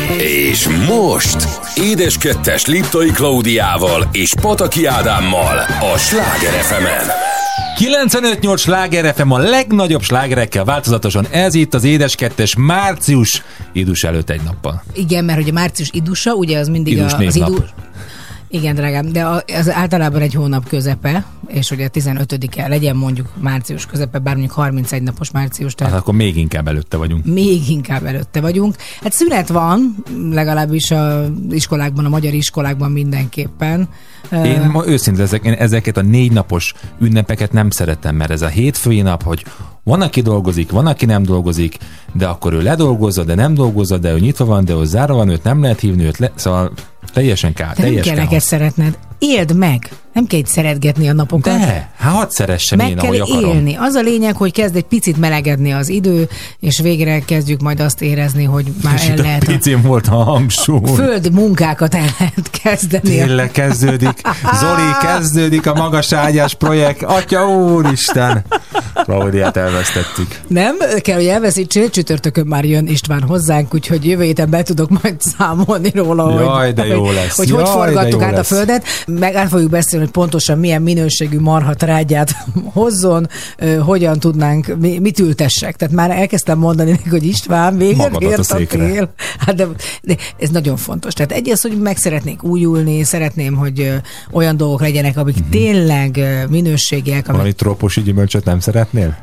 És most Édeskettes Liptai Klaudiával és Pataki Ádámmal a Sláger FM-en. 95.8 Sláger FM, a legnagyobb slágerekkel változatosan. Ez itt az Édeskettes március idus előtt egy nappal. Igen, mert hogy a március idusa, ugye az mindig idus az idus. Igen, drágám, de az általában egy hónap közepe, és ugye 15-e legyen mondjuk március közepe, bár mondjuk 31 napos március. Tehát hát akkor még inkább előtte vagyunk. Még inkább előtte vagyunk. Hát szünet van, legalábbis az iskolákban, a magyar iskolákban mindenképpen. Én ma őszintén ezeket a 4 napos ünnepeket nem szeretem, mert ez a hétfői nap, hogy van, aki dolgozik, van, aki nem dolgozik, de akkor ő ledolgozza, de nem dolgozza, de ő nyitva van, de ő zárva van, őt nem lehet hívni, szóval teljesen kár. Nem kell neked szeretned. Éld meg! Nem kell itt szeretgetni a napokat. De, hadd szeressem én, ahogy akarom. Meg kell élni. Az a lényeg, hogy kezd egy picit melegedni az idő, és végre kezdjük majd azt érezni, hogy már és el lehet... Picin volt a hangsúly. Földi munkákat el lehet kezdeni. Tényleg kezdődik. Zoli, kezdődik a magas ágyás projekt. Atya úristen! Klaudiát elvesztettük. Nem kell, hogy elveszítsél, csütörtökön már jön István hozzánk, úgyhogy jövő héten be tudok majd számolni róla, jaj, de jó lesz. Hogy forgattuk át a földet, meg át fogjuk beszélni, hogy pontosan milyen minőségű marhatrágyát hozzon, hogyan tudnánk, mit ültessek. Tehát már elkezdtem mondani neki, hogy István, véget ért a tél. Hát de ez nagyon fontos. Tehát egy az, hogy meg szeretnék újulni, szeretném, hogy olyan dolgok legyenek, amik tényleg minőségiek. Valami trópusi gyümölcsöt nem szeretnél?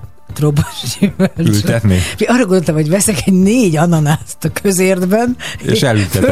Ültetni? Arra gondoltam, hogy veszek egy 4 ananászt a közértben, és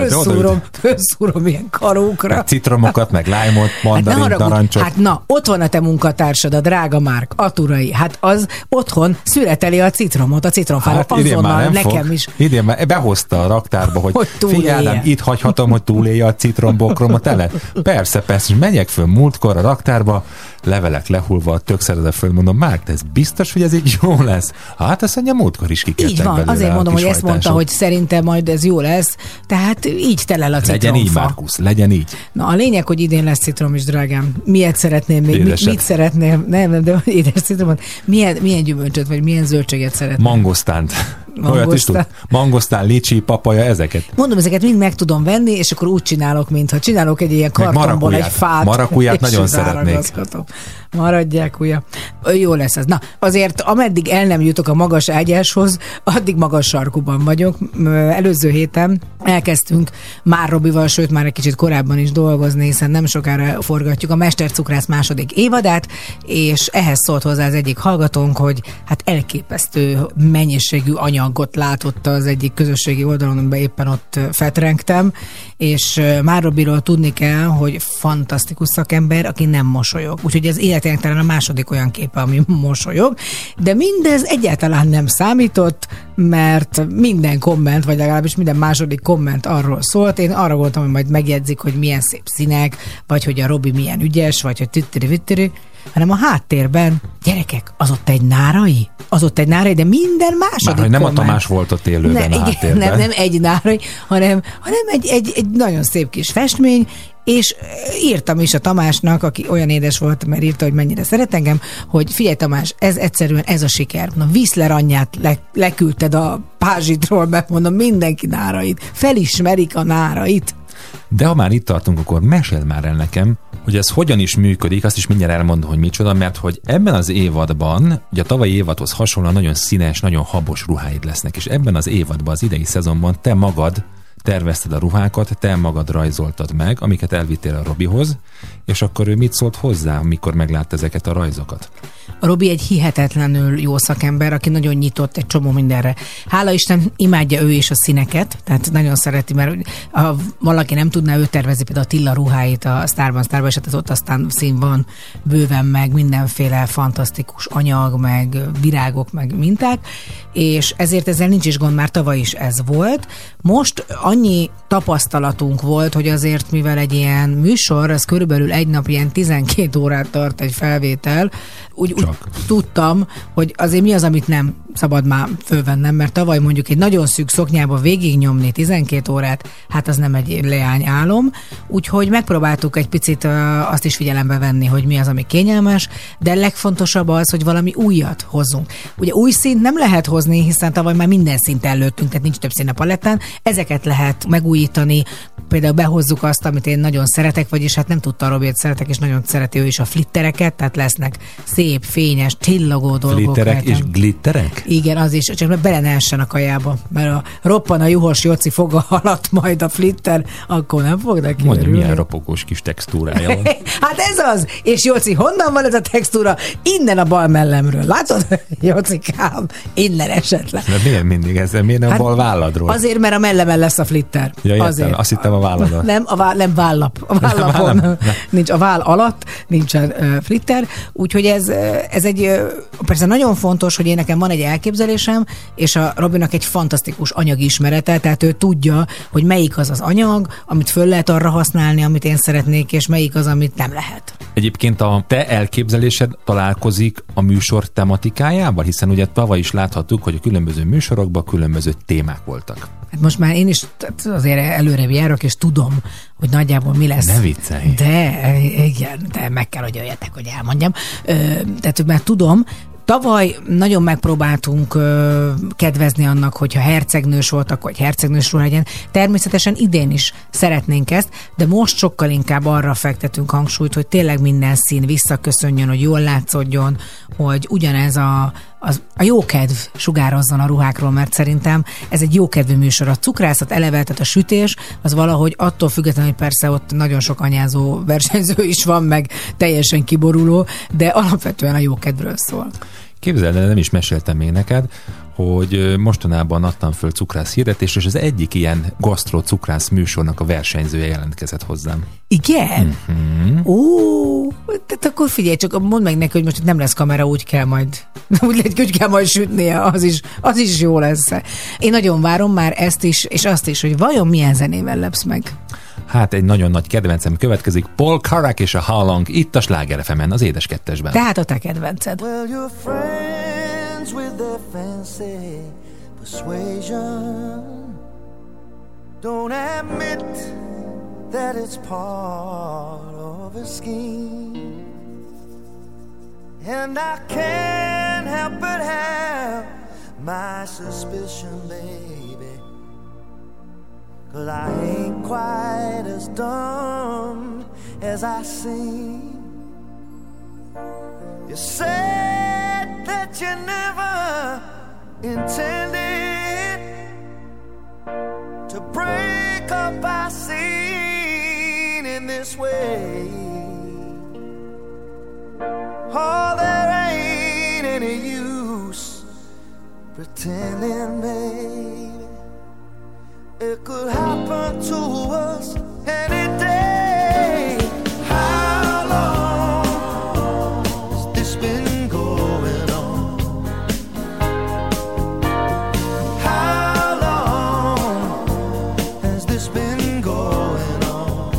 fölszúrom ilyen karókra. Meg citromokat, meg lájmot, mandarint, narancsot. Hát na, ott van a te munkatársad, a drága Márk, Aturai. Hát az otthon szüreteli a citromot, a citromfára. Hát azonnal nekem is. Idén már behozta a raktárba, hogy figyelem, itt hagyhatom, hogy túlélje a citrombokromat ele. Persze, és megyek föl múltkor a raktárba, levelek lehulva, tök szeretve föl, mondom, Márk, ez biztos, hogy ez így jó lesz? Hát azt mondja, múltkor is kikertek belőle. Így van, azért mondom, hogy ezt mondta, hogy szerintem majd ez jó lesz, tehát így telel a citromfa. Legyen így, Márkusz, legyen így. Na, a lényeg, hogy idén lesz citrom is, drágám. Miért szeretném még? Mit szeretném? Nem, de édes citromot. Milyen gyümölcsöt, vagy milyen zöldséget szeretném? Mangosztánt. Olyat is tud. Mangosztán, licsi, papaja, ezeket. Mondom, ezeket mind meg tudom venni, és akkor úgy csinálok, mintha csinálok egy ilyen kartonból egy fát. Marakuját nagyon szeretnék. Maradják, ugye. Jó lesz ez. Na, azért ameddig el nem jutok a magas ágyáshoz, addig magas sarkuban vagyok. Előző héten elkezdtünk már Robival, sőt már egy kicsit korábban is dolgozni, hiszen nem sokára forgatjuk a Mestercukrász második évadát, és ehhez szólt hozzá az egyik hallgatónk, hogy hát elképesztő mennyiségű anyagot látott az egyik közösségi oldalon, amiben éppen ott fetrengtem, és már Robiról tudni kell, hogy fantasztikus szakember, aki nem mosolyog. Úgyhogy ez életének talán a második olyan képe, ami mosolyog, de mindez egyáltalán nem számított, mert minden komment, vagy legalábbis minden második komment arról szólt. Én arra gondoltam, hogy majd megjegyzik, hogy milyen szép színek, vagy hogy a Robi milyen ügyes, vagy hogy tüttiri-vittiri, hanem a háttérben, gyerekek, az ott egy nárai? Az ott egy nárai, de minden második már, nem komment. A Tamás volt ott élőben a háttérben. Nem egy nárai, hanem egy nagyon szép kis festmény, és írtam is a Tamásnak, aki olyan édes volt, mert írta, hogy mennyire szeret engem, hogy figyelj Tamás, ez egyszerűen ez a siker. Na, Whistler anyját leküldted a pázsitról, mondom, mindenki nárait. Felismerik a nárait. De ha már itt tartunk, akkor meséld már el nekem, hogy ez hogyan is működik, azt is mindjárt elmondom, hogy micsoda, mert hogy ebben az évadban, ugye a tavalyi évadhoz hasonlóan nagyon színes, nagyon habos ruháid lesznek, és ebben az évadban, az idei szezonban te magad tervezted a ruhákat, te magad rajzoltad meg, amiket elvittél a Robihoz, és akkor ő mit szólt hozzá, amikor meglátta ezeket a rajzokat? A Robi egy hihetetlenül jó szakember, aki nagyon nyitott egy csomó mindenre. Hála Isten, imádja ő is a színeket, tehát nagyon szereti, mert ha valaki nem tudná, ő tervezi például a Tilla ruháit a Starban, és hát ott aztán szín van bőven, meg mindenféle fantasztikus anyag, meg virágok, meg minták, és ezért ezzel nincs is gond, már tavaly is ez volt. Most annyi tapasztalatunk volt, hogy azért, mivel egy ilyen műsor, az körülbelül egy nap ilyen 12 órát tart egy felvétel, úgy tudtam, hogy azért mi az, amit nem szabad már fölvennem, mert tavaly mondjuk egy nagyon szűk szoknyába végignyomni 12 órát, hát az nem egy leányálom, úgyhogy megpróbáltuk egy picit azt is figyelembe venni, hogy mi az, ami kényelmes, de legfontosabb az, hogy valami újat hozzunk. Ugye új színt nem lehet hozni, hiszen tavaly már minden szint előttünk, tehát nincs több szín a palettán, ezeket lehet megújítani, például behozzuk azt, amit én nagyon szeretek, vagyis hát nem tudta Robi, hogy szeretek, és nagyon szereti ő is a flittereket, tehát lesznek szép, fényes, csillogó dolgok. Flitterek és glitterek? Igen, az is, csak bele ne essen a kajába, mert a roppan a juhos Joci foga alatt majd a flitter, akkor nem fog neki mondja, örülni. milyen ropogós kis textúrája van. Hát ez az! És Joci, honnan van ez a textúra? Innen a bal mellemről. Látod, Jocikám? Innen esetleg. De miért mindig ez? Miért nem a bal válladról? Azért, mert a mellemen lesz a flitter. Ja, azért. Azt hittem a válladon. Nem vállap. A vállapon nincs, a váll alatt nincsen flitter, úgyhogy ez egy, persze nagyon fontos, hogy én nekem van egy elképzelésem, és a Robinak egy fantasztikus anyagismerete, tehát ő tudja, hogy melyik az az anyag, amit föl lehet arra használni, amit én szeretnék, és melyik az, amit nem lehet. Egyébként a te elképzelésed találkozik a műsor tematikájával, hiszen ugye tavaly is láthattuk, hogy a különböző műsorokban különböző témák voltak. Hát most már én is azért előrébb járok, és tudom, hogy nagyjából mi lesz. Ne viccelj! De igen, de meg kell, hogy jöjjetek, hogy elmondjam. Tehát már tudom. Tavaly nagyon megpróbáltunk kedvezni annak, hogyha hercegnős voltak, vagy hercegnős ruha legyen. Természetesen idén is szeretnénk ezt, de most sokkal inkább arra fektetünk hangsúlyt, hogy tényleg minden szín visszaköszönjön, hogy jól látszódjon, hogy ugyanez a jókedv sugározzon a ruhákról, mert szerintem ez egy jókedvű műsor. A cukrászat eleve, tehát a sütés, az valahogy attól függetlenül, hogy persze ott nagyon sok anyázó versenyző is van, meg teljesen kiboruló, de alapvetően a jókedvről szól. Képzeld, nem is meséltem még neked, hogy mostanában adtam föl cukrász hirdetést, és az egyik ilyen gasztró cukrász műsornak a versenyzője jelentkezett hozzám. Igen? Ó, tehát akkor figyelj, csak mondd meg neki, hogy most nem lesz kamera, úgy kell majd sütnie, az is jó lesz. Én nagyon várom már ezt is, és azt is, hogy vajon milyen zenével lepsz meg. Hát egy nagyon nagy kedvencem következik, Paul Carrack és a How Long, itt a Sláger FM-en, az Édes Kettesben. Tehát a te kedvenced. Well, you're friends with their fancy persuasion. Don't admit that it's part of a scheme. And I can't help but have my suspicion, baby, 'cause I ain't quite as dumb as I seem. You said that you never intended to break up our scene in this way. Oh, there ain't any use pretending, baby. It could happen to us any day. How long has this been going on? How long has this been going on?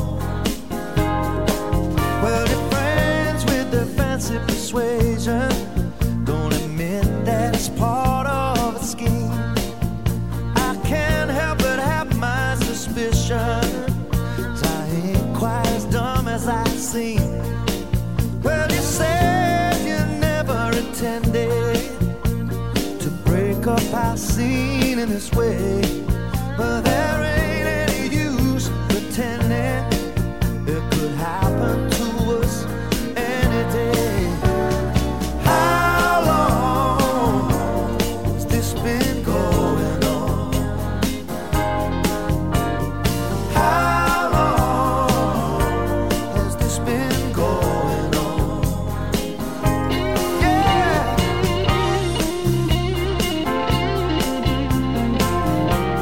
Well, your friends with their fancy persuasion don't admit that it's part of a scheme. I can't help but have my suspicion, 'cause I ain't quite as dumb as I seem. Well, you said you never intended to break up our scene in this way, but there ain't any use pretending it could happen to us any day. How long has this been going on? How long has this been going on? Yeah.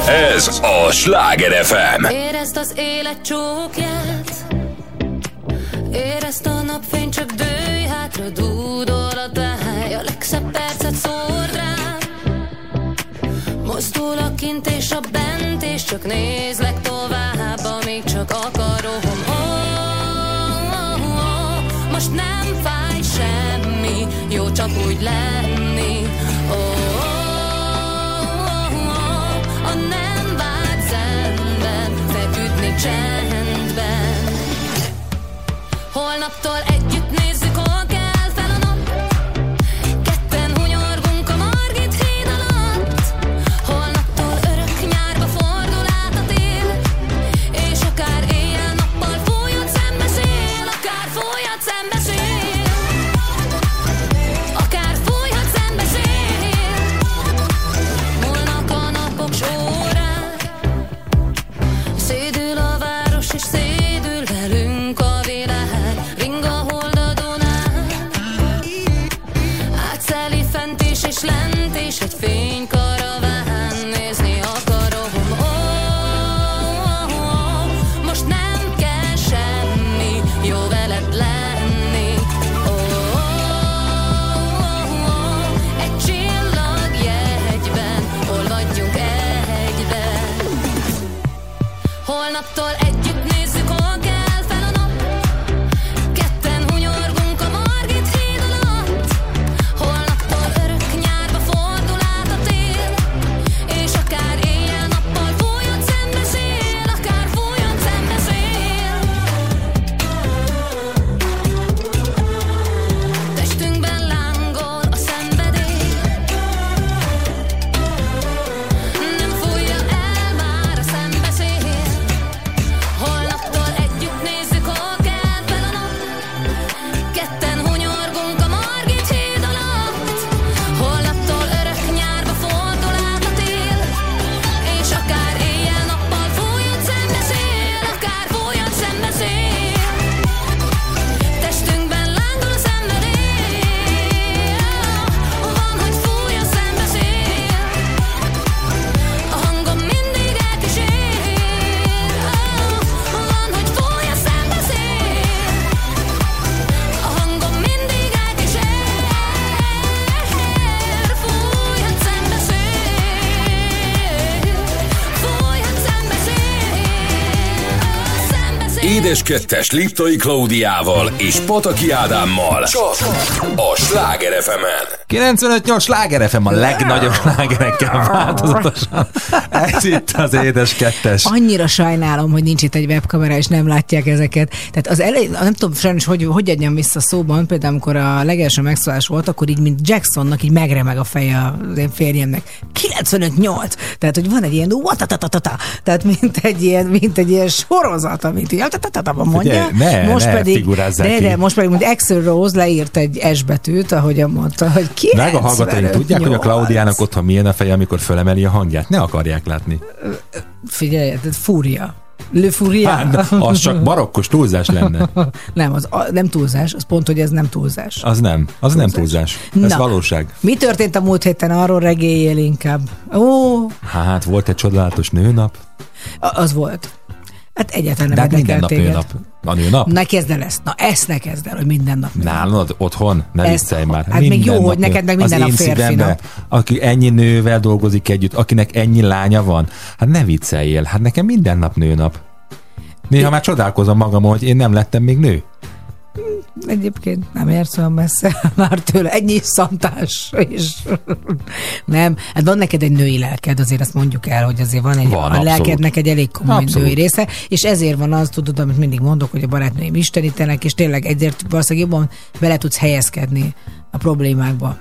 Ez a Sláger FM. Érezd az élet csókját, érezd a napfény, csak dőj hátra, dúdol a táj, a legszebb percet szórd rá. Mozdul a kint és a bent, és csak nézlek tovább, amíg csak akarom. Most nem fáj semmi, jó csak úgy lenni. A nem vágy zenben, feküdni csendben. Holnaptól együtt nézzük, hol kell fel a nap. Ketten hunyorgunk a Margit híd alatt. Holnaptól örök nyárba fordul át a tél, és akár éjjel-nappal fújhat szembe szél, akár fújhat szembe szél, akár fújhat szembe szél. Múlnak a napok során, szédül a város és szédül velünk a világ. Ring a hold a Dunán, átszeli fent is és lent, és egy fénykaraván nézni akarom. Most nem kell semmi, jó veled lenni. Egy csillagjegyben olvadjunk egyben. Holnaptól együtt nézzük, hol kell fel a nap. Ketten hunyorgunk a Margit híd alatt. Holnaptól örök nyárba fordul át a tél, és akár éjjel-nappal fújjon szembe szél, akár fújjon szembe szél. Testünkben lángol a szenvedély, nem fújja el már a szembeszél. Holnaptól együtt nézzük, hol kell fel a nap. Ketten hunyorgunk a Margit híd alatt. Holnaptól örök nyárba fordul át a tél, és akár éjjel-nappal fújjon szembe szél, akár fújjon szembe szél. Testünkben lángol a szenvedély, van, hogy fúj a szembe szél. A hangom mindig elkísér, van, hogy fúj a szembe szél. A hangom mindig elkísér, fújhat szembe szél, fújhat szembe szél, szembe szél. Édes Kettes Liptai Klaudiával és Pataki Ádámmal csak a Sláger FM-en. 95-8 Sláger FM, a legnagyobb slágerekkel változatosan. Ez itt az Édes Kettes. Annyira sajnálom, hogy nincs itt egy webkamera, és nem látják ezeket. Tehát az elején, nem tudom sajnos, hogy adjam vissza szóban, például amikor a legelső megszólás volt, akkor így, mint Jacksonnak, így megremeg a feje az én férjemnek. 95-8. Tehát, hogy van egy ilyen tehát mint egy ilyen sorozat, amit így mondja. Most pedig, mint Axl Rose leírt egy S betűt, ahogyan mondta, hogy 95-8. Meg a hallgatóink tudják, hogy a Klaudiának otthon milyen a feje, amikor fölemeli a hangját. Ne akarják látni. Figyelj, ez fúria. Le Furia. Hát, az csak barokkos túlzás lenne. Nem, nem túlzás, az pont, hogy ez nem túlzás. Az nem túlzás. Ez valóság. Mi történt a múlt héten? Arról regéljél inkább. Hát volt egy csodálatos nőnap. Az volt. Hát egyáltalán nem érdekel minden téged. Nap nőnap. A nőnap? Ne kezd el ezt. Na ezt ne kezd el, hogy minden nap. Nálad otthon? Ne viccelj már. Hát minden még jó, hogy neked meg minden nap férfi nap. Aki ennyi nővel dolgozik együtt, akinek ennyi lánya van, hát ne vicceljél. Hát nekem minden nap nőnap. Néha már csodálkozom magamon, hogy én nem lettem még nő. Egyébként nem érsz olyan messze már tőle. Ennyi szantás és nem. Hát van neked egy női lelked, azért azt mondjuk el, hogy azért van a lelkednek egy elég komoly női része, és ezért van az, tudod, amit mindig mondok, hogy a barátnőim istenítenek, és tényleg ezért valószínűleg jobban bele tudsz helyezkedni a problémákba.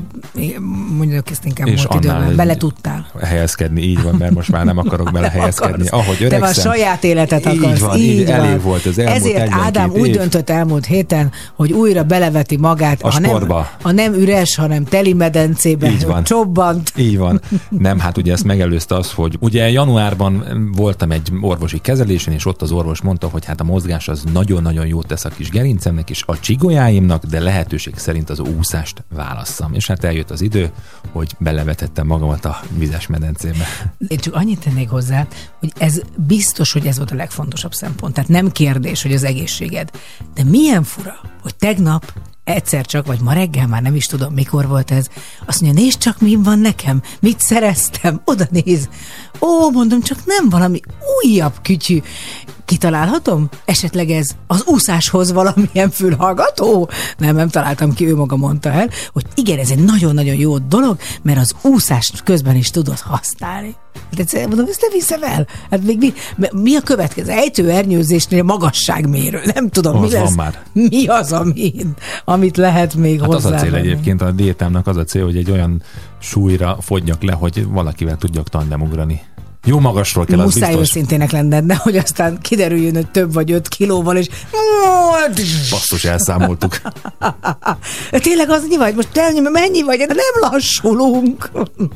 Mondjuk ezt inkább és múlt időben. Bele tudtál helyezkedni, így van, mert most már nem akarok bele helyezkedni. Ahogy öregszem. Te a saját életet akarsz. Így van. Elég volt az elmúlt ezért Ádám úgy döntött elmúlt héten, hogy újra beleveti magát a sportba. Nem üres, hanem teli medencébe. Így van. Csobbant. Így van. Nem, hát ugye ezt megelőzte az, hogy ugye januárban voltam egy orvosi kezelésen, és ott az orvos mondta, hogy hát a mozgás az nagyon-nagyon jót tesz a kis gerincemnek és a csigolyáimnak, de lehetőség szerint az úszást válasszam. voltam. És hát eljött az idő, hogy belevetettem magamat a vizes medencébe. Én csak annyit tennék hozzá, hogy ez biztos, hogy ez volt a legfontosabb szempont. Tehát nem kérdés, hogy az egészséged. De milyen fura, hogy tegnap egyszer csak, vagy ma reggel, már nem is tudom, mikor volt ez, azt mondja, nézd csak, mi van nekem, mit szereztem, oda néz. Ó, mondom, csak nem valami újabb kütyű. Kitalálhatom? Esetleg ez az úszáshoz valamilyen fülhallgató? Nem találtam ki, ő maga mondta el, hogy igen, ez egy nagyon-nagyon jó dolog, mert az úszást közben is tudod használni. De mondom, ezt ne viszem el. Hát még mi a következő? Ejtőernyőzésnél magasságmérő. Nem tudom, mi lesz. Már. Mi az, amit lehet még hozzá. Az a cél egyébként, a diétámnak az a cél, hogy egy olyan súlyra fogyjak le, hogy valakivel tudjak tandemugrani. Jó magasról kell, az biztos. Muszáj őszintének lenned, de hogy aztán kiderüljön, hogy több vagy 5 kilóval, és basszus, elszámoltuk. Tényleg az vagy? Most mennyi vagy? Nem lassulunk.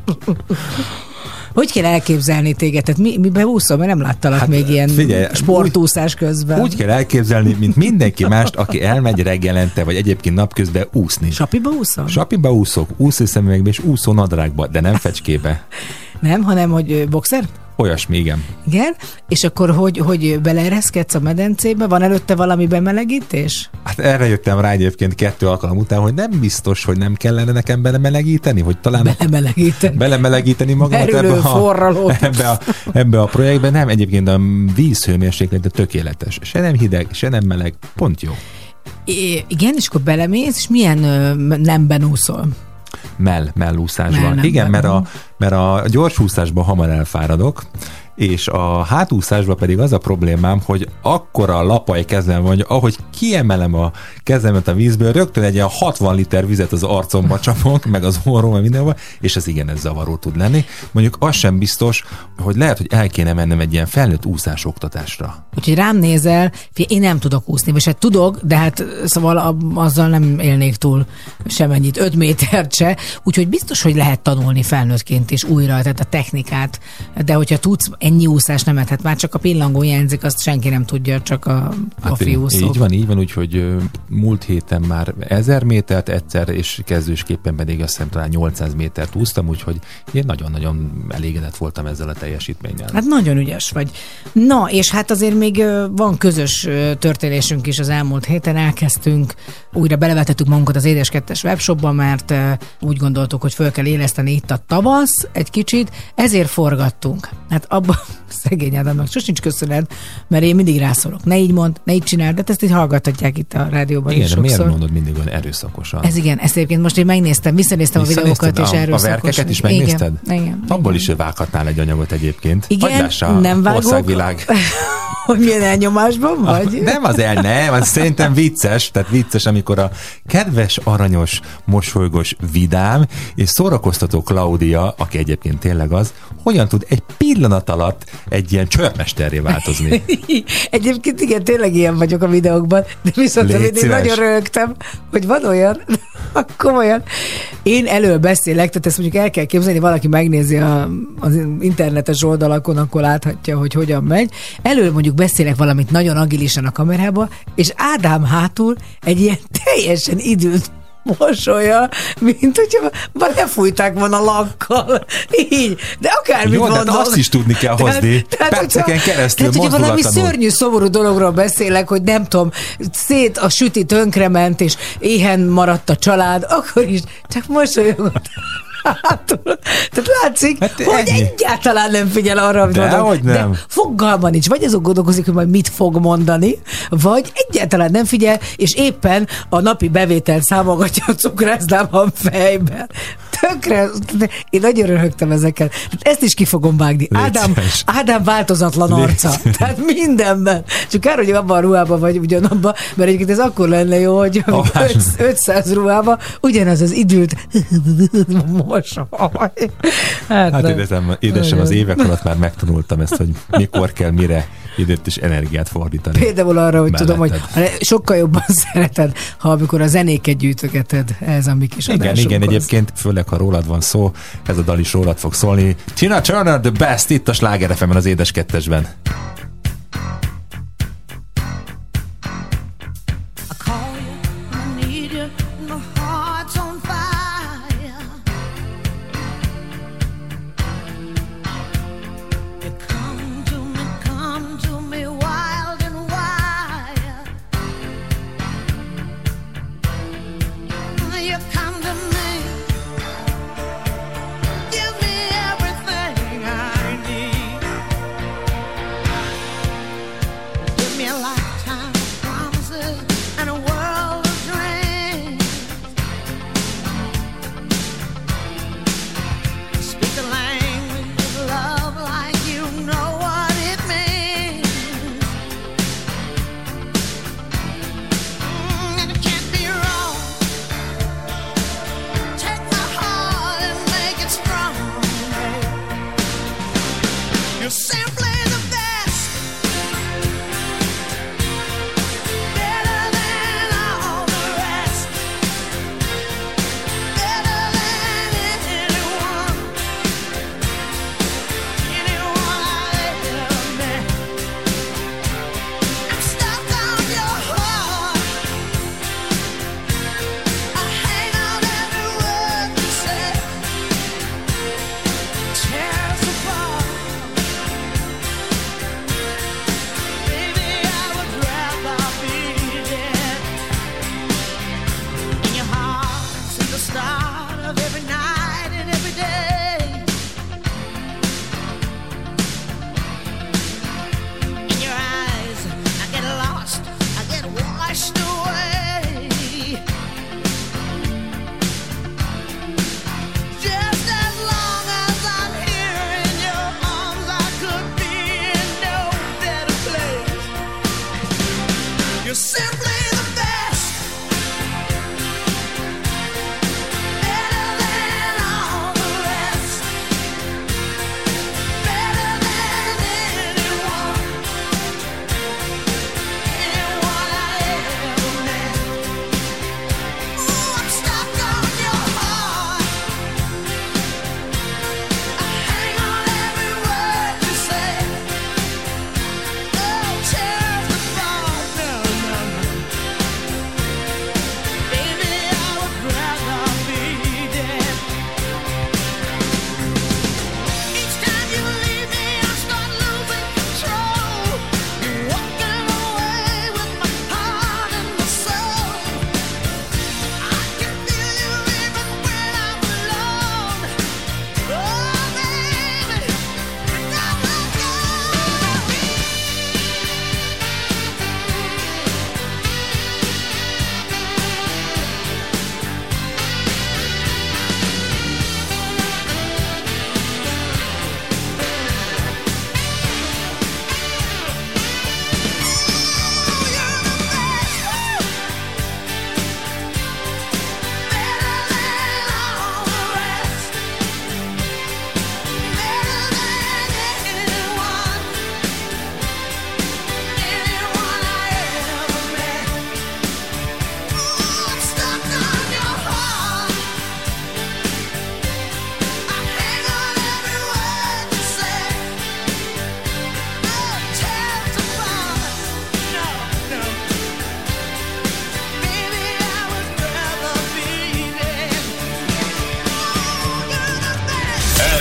Hogy kell elképzelni téged? Tehát miben úszol? Mert nem láttalak még ilyen sportúszás közben. Úgy kell elképzelni, mint mindenki mást, aki elmegy reggelente, vagy egyébként napközben úszni. Sapiba úszol? Sapiba úszok, úszószemüvegbe és úszónadrágba, de nem fecskébe. Nem, hanem hogy boxer? Olyasmi, igen. Igen? És akkor hogy beleereszkedsz a medencébe? Van előtte valami bemelegítés? Hát erre jöttem rá egyébként 2 alkalom után, hogy nem biztos, hogy nem kellene nekem belemelegíteni, hogy talán belemelegíteni magamat ebbe a projektbe. Nem, egyébként a vízhőmérséklet tökéletes. Se nem hideg, se nem meleg, pont jó. Igen, és akkor belemész, és milyen nemben úszol? Mellúszásban. Igen, mert a gyorsúszásban hamar elfáradok, és a hátúszásban pedig az a problémám, hogy akkora lapaj kezem van, hogy ahogy kiemelem a kezemet a vízből, rögtön egy ilyen 60 liter vizet az arcomba csapok, meg az orromba mindenhol, és ez igen, ez zavaró tud lenni. Mondjuk az sem biztos, hogy lehet, hogy el kéne mennem egy ilyen felnőtt úszás oktatásra. Úgyhogy rám nézel, én nem tudok úszni, vagy hát tudok, de hát szóval azzal nem élnék túl semennyit, 5 métert se, úgyhogy biztos, hogy lehet tanulni felnőttként is újra, tehát a technikát, de hogyha tudsz ennyi úszás nem hát már csak a pillangó hiányzik, azt senki nem tudja, csak a fiúszók. Így van, úgyhogy múlt héten már 1000 métert egyszer, és kezdősképpen pedig azt hiszem talán 800 métert úsztam, úgyhogy én nagyon-nagyon elégedett voltam ezzel a teljesítménnyel. Hát nagyon ügyes vagy. Na, és hát azért még van közös történésünk is az elmúlt héten, elkezdtünk, újra belevetettük magunkat az Édes Kettes webshopba, mert úgy gondoltuk, hogy föl kell éleszteni itt a tavasz egy kicsit, ezért forgattunk. Hát abban szegény Ádámnak sosincs köszönet, mert én mindig rászólok. Ne így mondd, ne így csináld, de ezt így hallgathatják itt a rádióban igen, is sokszor. Igen, miért mondod mindig olyan erőszakosan? Ez igen, ezt egyébként most én megnéztem, visszanéztem a videókat, és erőszakosan. A verkeket is megnézted? Igen. Abból is vághatnál egy anyagot egyébként. Igen, nem vágok. Országvilág. Hogy milyen elnyomásban vagy? Nem, az szerintem vicces, tehát vicces, amikor a kedves, aranyos, mosolygós, vidám és szórakoztató Klaudia, aki egyébként tényleg az, hogyan tud egy pillanat alatt egy ilyen csörmesterré változni. Egyébként igen, tényleg ilyen vagyok a videókban, de viszont én nagyon röhögtem, hogy van olyan, komolyan. Én elől beszélek, tehát ezt mondjuk el kell képzelni, valaki megnézi az internetes oldalakon, akkor láthatja, hogy hogyan megy. Elől mondjuk beszélek valamit nagyon agilisan a kamerába, és Ádám hátul egy ilyen teljesen időt mosolya, mint hogyha lefújták volna lakkal. Így. De akármit mondom. De azt is tudni kell hozni. Perceken keresztül mozdulatlanul. Tehát, hogyha valami szörnyű, szomorú dologról beszélek, hogy nem tudom, szét a süti tönkrement, és éhen maradt a család, akkor is csak mosolyogott. Tehát látszik, hogy egyáltalán nem figyel arra, amit mondom. De fogalma nincs. Vagy azon gondolkozik, hogy majd mit fog mondani, vagy egyáltalán nem figyel, és éppen a napi bevételt számolgatja a cukrászdában fejben. Tökre, én nagyon röhögtem ezekkel. Ezt is ki fogom vágni. Ádám változatlan arca. Tehát mindenben. Csak kár, hogy abban a ruhában vagy ugyanabban, mert egyébként ez akkor lenne jó, hogy 500 ruhában ugyanaz az időt Hát édesem, az évek alatt már megtanultam ezt, hogy mikor kell mire időt és energiát fordítani. Például arra, hogy tudom, hogy sokkal jobban szereted, ha amikor a zenéket gyűjtögeted, ez a mi kis adásunkhoz. Igen, egyébként főleg, ha rólad van szó, ez a dal is rólad fog szólni. Tina Turner, The Best, itt a Sláger FM-en, az Édes Kettesben.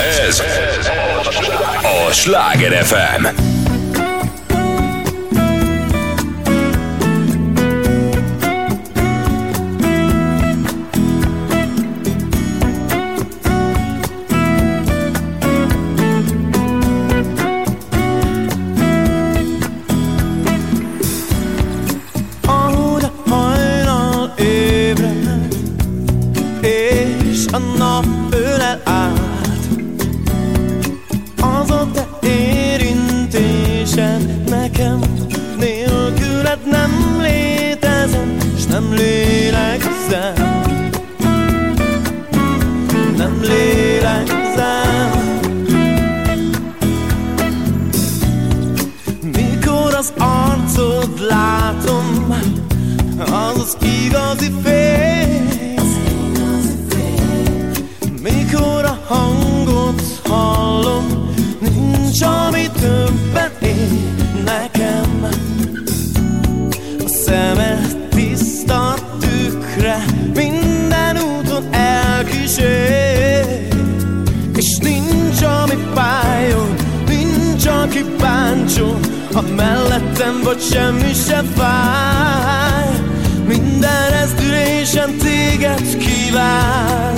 Ez a Sláger FM. A nap ölel át, az a te érintésed nekem, nélküled nem létezem, s nem lélegzem, nem lélegzem. Mikor az arcod látom, az az igazi fény. Mikor a hangot hallom, nincs ami többen ér nekem. A szemed tiszta tükre, minden úton elkísér. És nincs ami fájjon, nincs aki bántson, a mellettem vagy semmi se fáj. Minden rezdülésen téged kíván.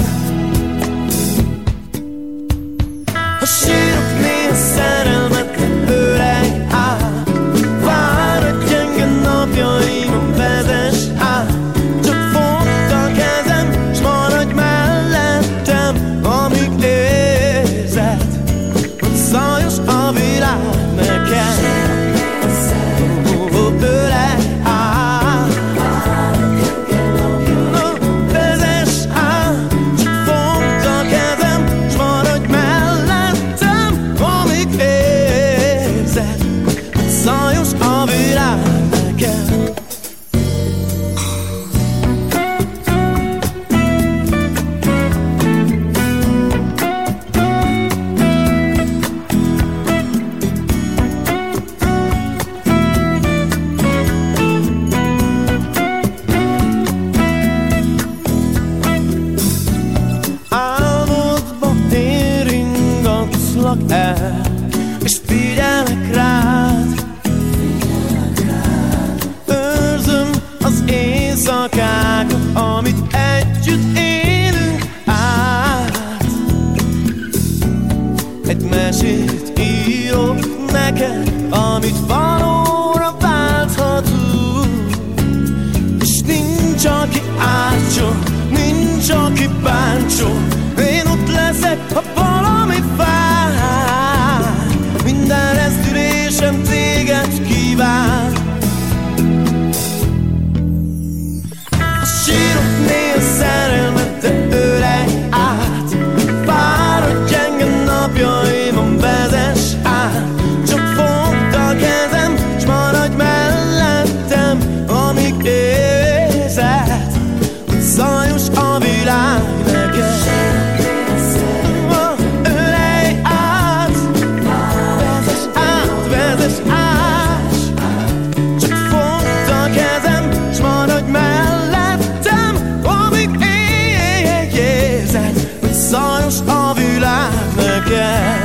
Ha sírok néha szerelmet, ölej át, fáradt gyenge napjaimon vezess át. Csak fogd a kezem, s maradj mellettem, amíg érzed, hogy zajos a világ nekem. Ölej át, vezess át, csak fogd a kezem, s maradj mellettem, amíg érzed, hogy zajos a világ nekem. Álmodba éringatlak el, és figyelek rád. Őrzöm az éjszakákat, amit együtt élünk át. Egy mesét írok neked, amit valóra válthatunk. És nincs aki ártson, nincs aki bántson, én ott leszek, ha valami fáj. Minden rezdülésem téged kíván. Ha sírok néha szerelmet, de ölej át, fáradt gyenge napjaimon vezess át. Csak fogd a kezem, s maradj mellettem, amíg érzed, hogy zajos a világ nekem. Ölej át, vezess át, csak fogd a kezem, s maradj mellettem, amíg érzed, hogy zajos a világ nekem.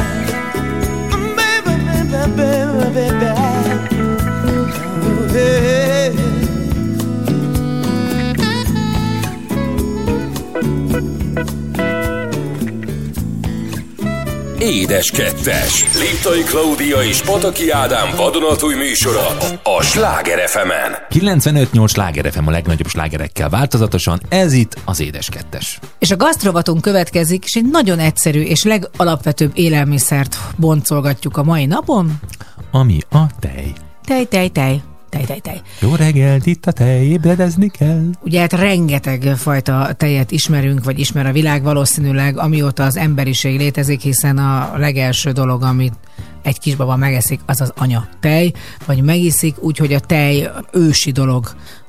Édes Kettes. Liptai Klaudia és Pataki Ádám vadonatúj műsora a Sláger FM-en. 95-8 Sláger FM a legnagyobb slágerekkel változatosan, ez itt az Édes Kettes. És a gasztrovatunk következik, és egy nagyon egyszerű és legalapvetőbb élelmiszert boncolgatjuk a mai napon. Ami a tej. Tej. Jó reggelt, itt a tej, ébredezni kell. Ugye hát rengeteg fajta tejet ismerünk, vagy ismer a világ valószínűleg, amióta az emberiség létezik, hiszen a legelső dolog, amit egy kisbaba megeszik, az az anya tej, vagy megiszik, úgyhogy a tej ősi dolog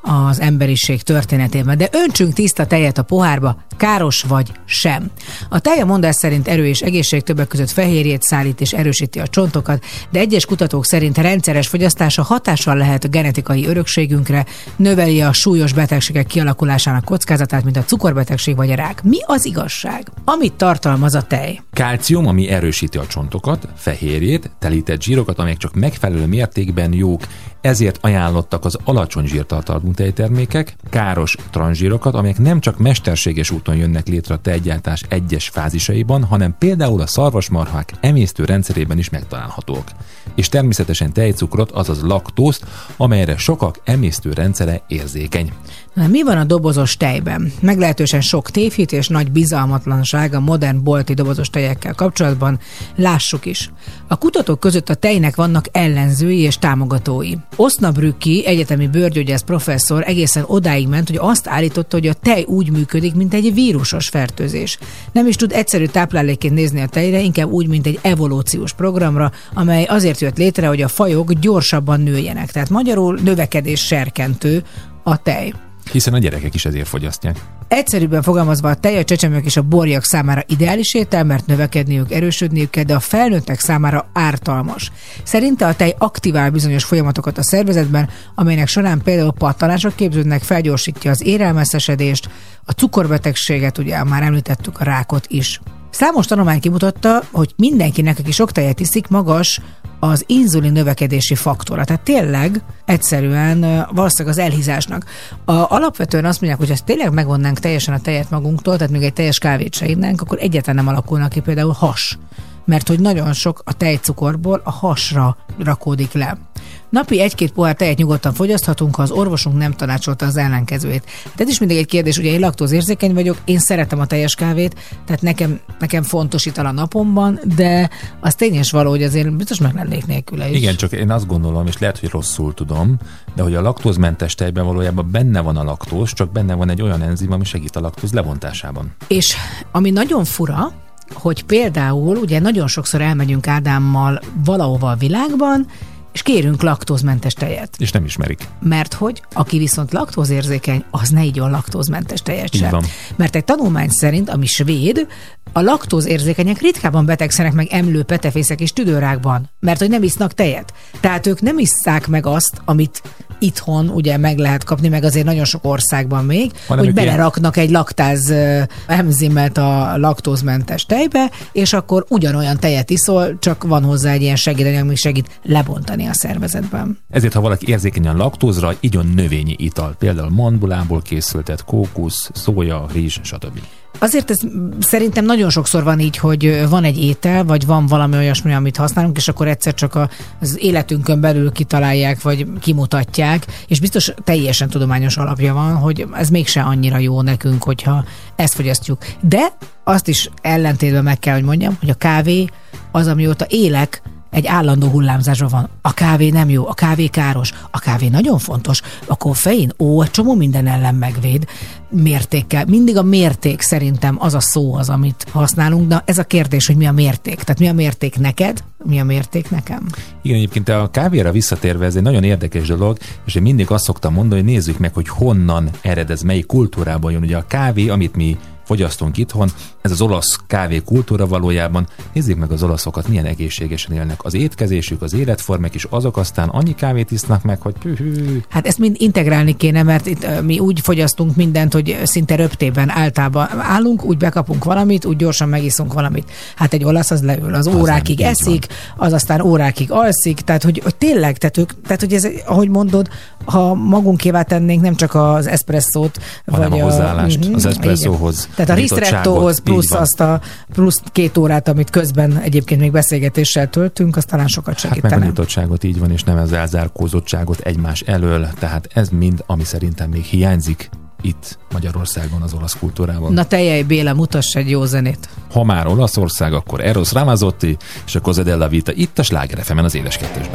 az emberiség történetében. De öntsünk tiszta tejet a pohárba, káros vagy sem. A tej a mondás szerint erő és egészség, többek között fehérjét szállít és erősíti a csontokat, de egyes kutatók szerint rendszeres fogyasztása hatással lehet a genetikai örökségünkre, növeli a súlyos betegségek kialakulásának kockázatát, mint a cukorbetegség vagy a rák. Mi az igazság? Amit tartalmaz a tej? Kálcium, ami erősíti a csontokat, fehérjét, telített zsírokat, amelyek csak megfelelő mértékben jók, ezért ajánlottak az alacsony zsírtartalmú tejtermékek, káros transzsírokat, amelyek nem csak mesterséges úton jönnek létre a tejgyártás egyes fázisaiban, hanem például a szarvasmarhák emésztő rendszerében is megtalálhatók. És természetesen tejcukrot, azaz laktózt, amelyre sokak emésztő rendszere érzékeny. Na, mi van a dobozos tejben? Meglehetősen sok tévhit és nagy bizalmatlanság a modern bolti dobozos tejekkel kapcsolatban. Lássuk is. A kutatók között a tejnek vannak ellenzői és támogatói. Osnabrücki egyetemi bőrgyógyász professzor egészen odáig ment, hogy azt állította, hogy a tej úgy működik, mint egy vírusos fertőzés. Nem is tud egyszerű táplálékként nézni a tejre, inkább úgy, mint egy evolúciós programra, amely azért jött létre, hogy a fajok gyorsabban nőjenek. Tehát magyarul növekedés serkentő a tej. Hiszen a gyerekek is ezért fogyasztják. Egyszerűbben fogalmazva a tej, a csecsemők és a borjak számára ideális étel, mert növekedniük, erősödniük kell, de a felnőttek számára ártalmas. Szerinte a tej aktivál bizonyos folyamatokat a szervezetben, amelynek során például pattanások képződnek, felgyorsítja az érelmeszesedést, a cukorbetegséget, ugye már említettük a rákot is. Számos tanulmány kimutatta, hogy mindenkinek, aki sok tejet iszik, magas az inzulin növekedési faktora. Tehát tényleg egyszerűen valószínűleg az elhízásnak. Alapvetően azt mondják, hogy ha tényleg megvonnánk teljesen a tejet magunktól, tehát még egy teljes kávét se innánk, akkor egyáltalán nem alakulnak ki például has. Mert hogy nagyon sok a tejcukorból a hasra rakódik le. Napi 1-2 pohár tejet nyugodtan fogyaszthatunk, ha az orvosunk nem tanácsolta az ellenkezőjét. Tehát ez is mindig egy kérdés, ugye én laktózérzékeny vagyok, én szeretem a teljes kávét, tehát nekem fontos ital a napomban, de az tényes való, hogy azért biztos meg lennék nélküle is. Igen, csak én azt gondolom, és lehet, hogy rosszul tudom, de hogy a laktózmentes tejben valójában benne van a laktóz, csak benne van egy olyan enzim, ami segít a laktóz lebontásában. És ami nagyon fura, hogy például ugye nagyon sokszor elmegyünk Ádámmal valahova a világban, és kérünk laktózmentes tejet. És nem ismerik. Mert hogy aki viszont laktózérzékeny, az ne igyon laktózmentes tejet sem. Így van. Mert egy tanulmány szerint, ami svéd, a laktózérzékenyek ritkábban betegszenek meg emlő, petefészek és tüdőrákban, mert hogy nem isznak tejet. Tehát ők nem isszák meg azt, amit itthon ugye meg lehet kapni, meg azért nagyon sok országban még, hanem hogy beleraknak egy laktáz enzimet a laktózmentes tejbe, és akkor ugyanolyan tejet iszol, csak van hozzá egy ilyen segédanyag, ami segít lebontani a szervezetben. Ezért, ha valaki érzékeny a laktózra, igyon növényi ital, például mandbulából készültet, kókusz, szója, rizs, stb. Azért ez szerintem nagyon sokszor van így, hogy van egy étel, vagy van valami olyasmi, amit használunk, és akkor egyszer csak az életünkön belül kitalálják, vagy kimutatják, és biztos teljesen tudományos alapja van, hogy ez mégse annyira jó nekünk, hogyha ezt fogyasztjuk. De azt is ellentétben meg kell, hogy mondjam, hogy a kávé az, amióta élek, egy állandó hullámzásban van. A kávé nem jó, a kávé káros, a kávé nagyon fontos, a koffein, egy csomó minden ellen megvéd mértékkel. Mindig a mérték szerintem az a szó az, amit használunk, de ez a kérdés, hogy mi a mérték. Tehát mi a mérték neked, mi a mérték nekem? Igen, egyébként a kávéra visszatérve ez egy nagyon érdekes dolog, és én mindig azt szoktam mondani, hogy nézzük meg, hogy honnan ered ez, melyik kultúrából jön. Ugye a kávé, amit mi fogyasztunk itthon, ez az olasz kávékultúra valójában. Nézzék meg az olaszokat, milyen egészségesen élnek. Az étkezésük, az életformák is, azok aztán annyi kávét isznak meg, hogy Hát ezt mind integrálni kéne, mert itt mi úgy fogyasztunk mindent, hogy szinte röptében általában állunk, úgy bekapunk valamit, úgy gyorsan megiszunk valamit. Hát egy olasz az leül, az órákig eszik, az aztán órákig alszik, tehát hogy tényleg, tehát hogy ez, ahogy mondod, ha magunkévá tennénk nem csak az eszpresszót, vagy a hozzáállást az eszpresszóhoz. Tehát a ristrettóhoz plusz azt a plusz 2 órát, amit közben egyébként még beszélgetéssel töltünk, az talán sokat segítene. Hát meg a nyitottságot így van, és nem az elzárkózottságot egymás elől, tehát ez mind, ami szerintem még hiányzik itt Magyarországon az olasz kultúrában. Na Teljei Béla, mutass egy jó zenét. Ha már Olaszország, akkor Eros Ramazzotti és a Cosa della Vita itt a Sláger FM-en az Édes Kettősben.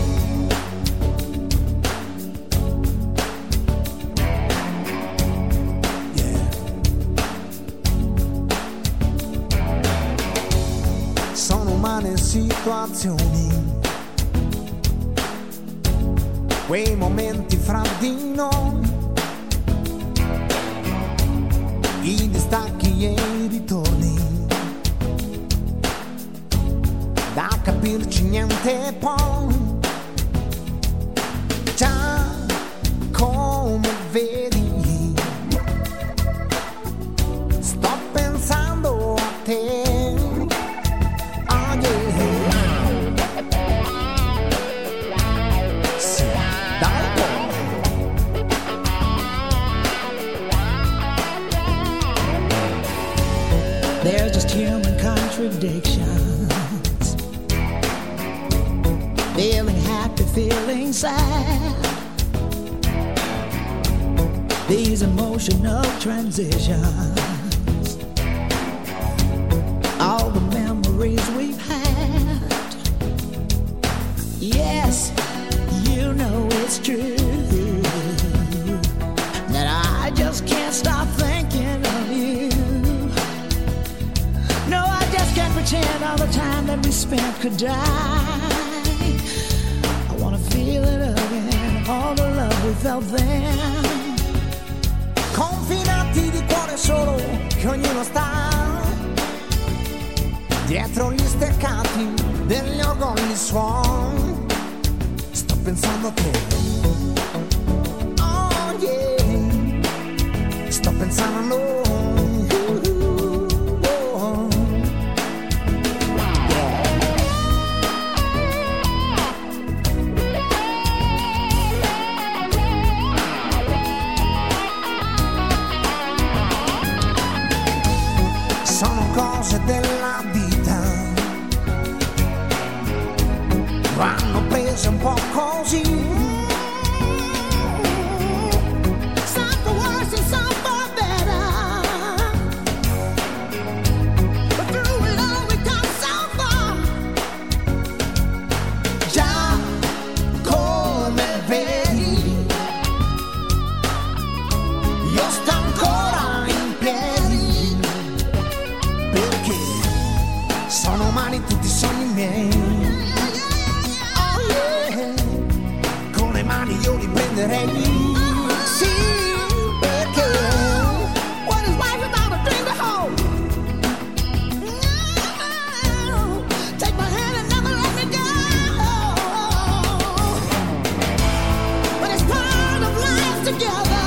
Situazioni, quei momenti fra di noi stacchi e i ritorni, da capirci niente poi, già come vedi, sto pensando a te. They're just human contradictions. Feeling happy, feeling sad. These emotional transitions. All the memories we've had. Yes, you know it's true that I just can't stop thinking of you. No, I just can't pretend all the time that we spent could die. I wanna feel it again, all the love we felt then. Confinati di cuore solo, che ognuno sta dietro gli steccati degli orgogli suon. Sto pensando a te. Oh yeah, sto pensando a noi. Cose della vita vanno prese un po' così. Some for worse and some for better, but through it all we come so far. Già come vedi, io sto ancora in piedi, perché sono umani tutti i sogni miei. Oh yeah, con le mani io li prenderei. Sì, perché What is life without a dream to hold? Take my hand and never let me go. But it's part of life together.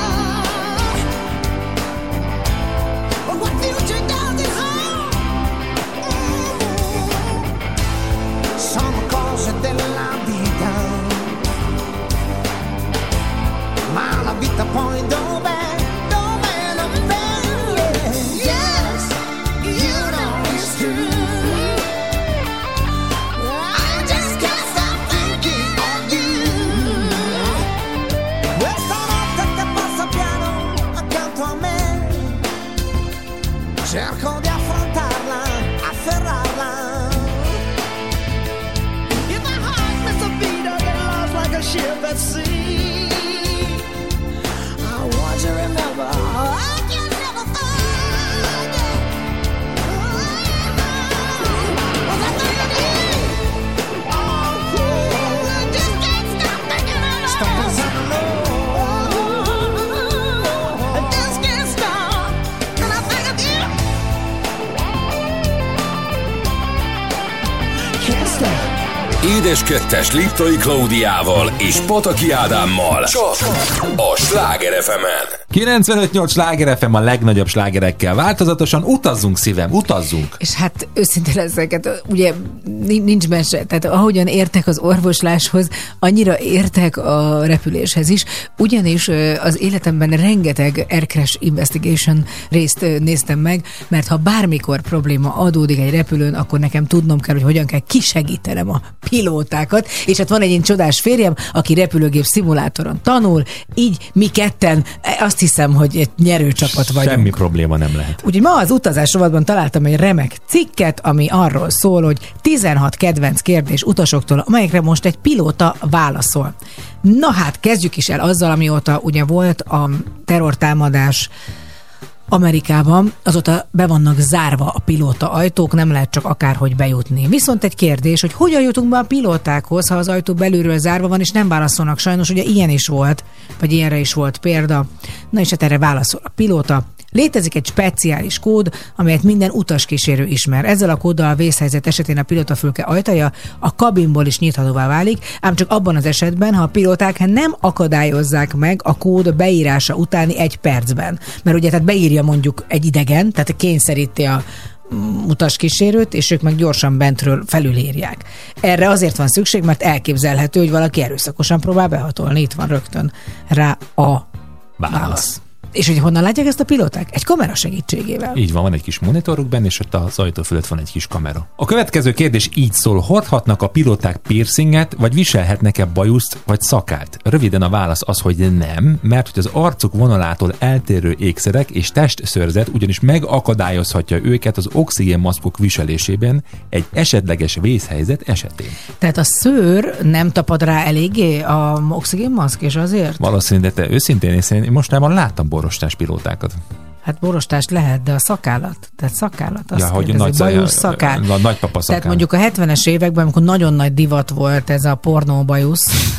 But what future does it hold? sono cose della vita, ma la vita poi dov'è? Dov'è? Dov'è? Yes, you know it's true. I just can't stop thinking of you. Questa notte che passa piano accanto a me, cerco di affrontarla, afferrarla. If my heart missed a beat or get lost like a ship at sea, I want to remember I can never forget. Was I thinking of you? Oh, yeah. I just can't stop thinking of Sto you. pensando I just can't stop when I think of you. Can't stop. Édes Kettes Liptai Klaudiával és Pataki Ádámmal csak a Sláger FM-en. 95.8 Sláger FM a legnagyobb slágerekkel. Változatosan utazzunk, szívem, utazzunk. És hát őszintén ezeket, ugye nincs mese, tehát ahogyan értek az orvosláshoz, annyira értek a repüléshez is, ugyanis az életemben rengeteg Air Crash Investigation részt néztem meg, mert ha bármikor probléma adódik egy repülőn, akkor nekem tudnom kell, hogy hogyan kell kisegítenem a pilótákat, és hát van egy ilyen csodás férjem, aki repülőgép szimulátoron tanul, így mi ketten azt hiszem, hogy egy nyerőcsapat vagyunk. Semmi probléma nem lehet. Úgyhogy ma az utazás rovatban találtam egy remek cikket, ami arról szól, hogy 16 kedvenc kérdés utasoktól, amelyekre most egy pilóta válaszol. Na hát, kezdjük is el azzal, amióta ugye volt a terrortámadás Amerikában, azóta be vannak zárva a pilóta ajtók, nem lehet csak akárhogy bejutni. Viszont egy kérdés, hogy hogyan jutunk be a pilótákhoz, ha az ajtó belülről zárva van, és nem válaszolnak. Sajnos ugye ilyen is volt, vagy ilyenre is volt példa. Na és hát erre válaszol a pilóta. Létezik egy speciális kód, amelyet minden utaskísérő ismer. Ezzel a kóddal a vészhelyzet esetén a pilótafülke ajtaja a kabinból is nyithatóvá válik, ám csak abban az esetben, ha a pilóták nem akadályozzák meg a kód beírása utáni 1 percben. Mert ugye tehát beírja mondjuk egy idegen, tehát kényszeríti a utaskísérőt, és ők meg gyorsan bentről felülírják. Erre azért van szükség, mert elképzelhető, hogy valaki erőszakosan próbál behatolni. Itt van rögtön rá a válasz. És hogy honnan látják ezt a pilóták? Egy kamera segítségével. Így van egy kis monitoruk benne, és ott az ajtó fölött van egy kis kamera. A következő kérdés így szól: hordhatnak a pilóták piercinget, vagy viselhetnek-e bajuszt, vagy szakált? Röviden a válasz az, hogy nem, mert hogy az arcuk vonalától eltérő ékszerek és testszörzet ugyanis megakadályozhatja őket az oxigénmaszkok viselésében egy esetleges vészhelyzet esetén. Tehát a szőr nem tapad rá eléggé a oxigénmaszk, és azért? Valószínű, de te őszintén én mostában láttam borostás pilótákat. Hát borostást lehet, de a szakállat, tehát szakállat, azt hogy bajusz szakál. Nagypapa szakál. Tehát mondjuk a 70-es években, amikor nagyon nagy divat volt ez a pornó bajusz,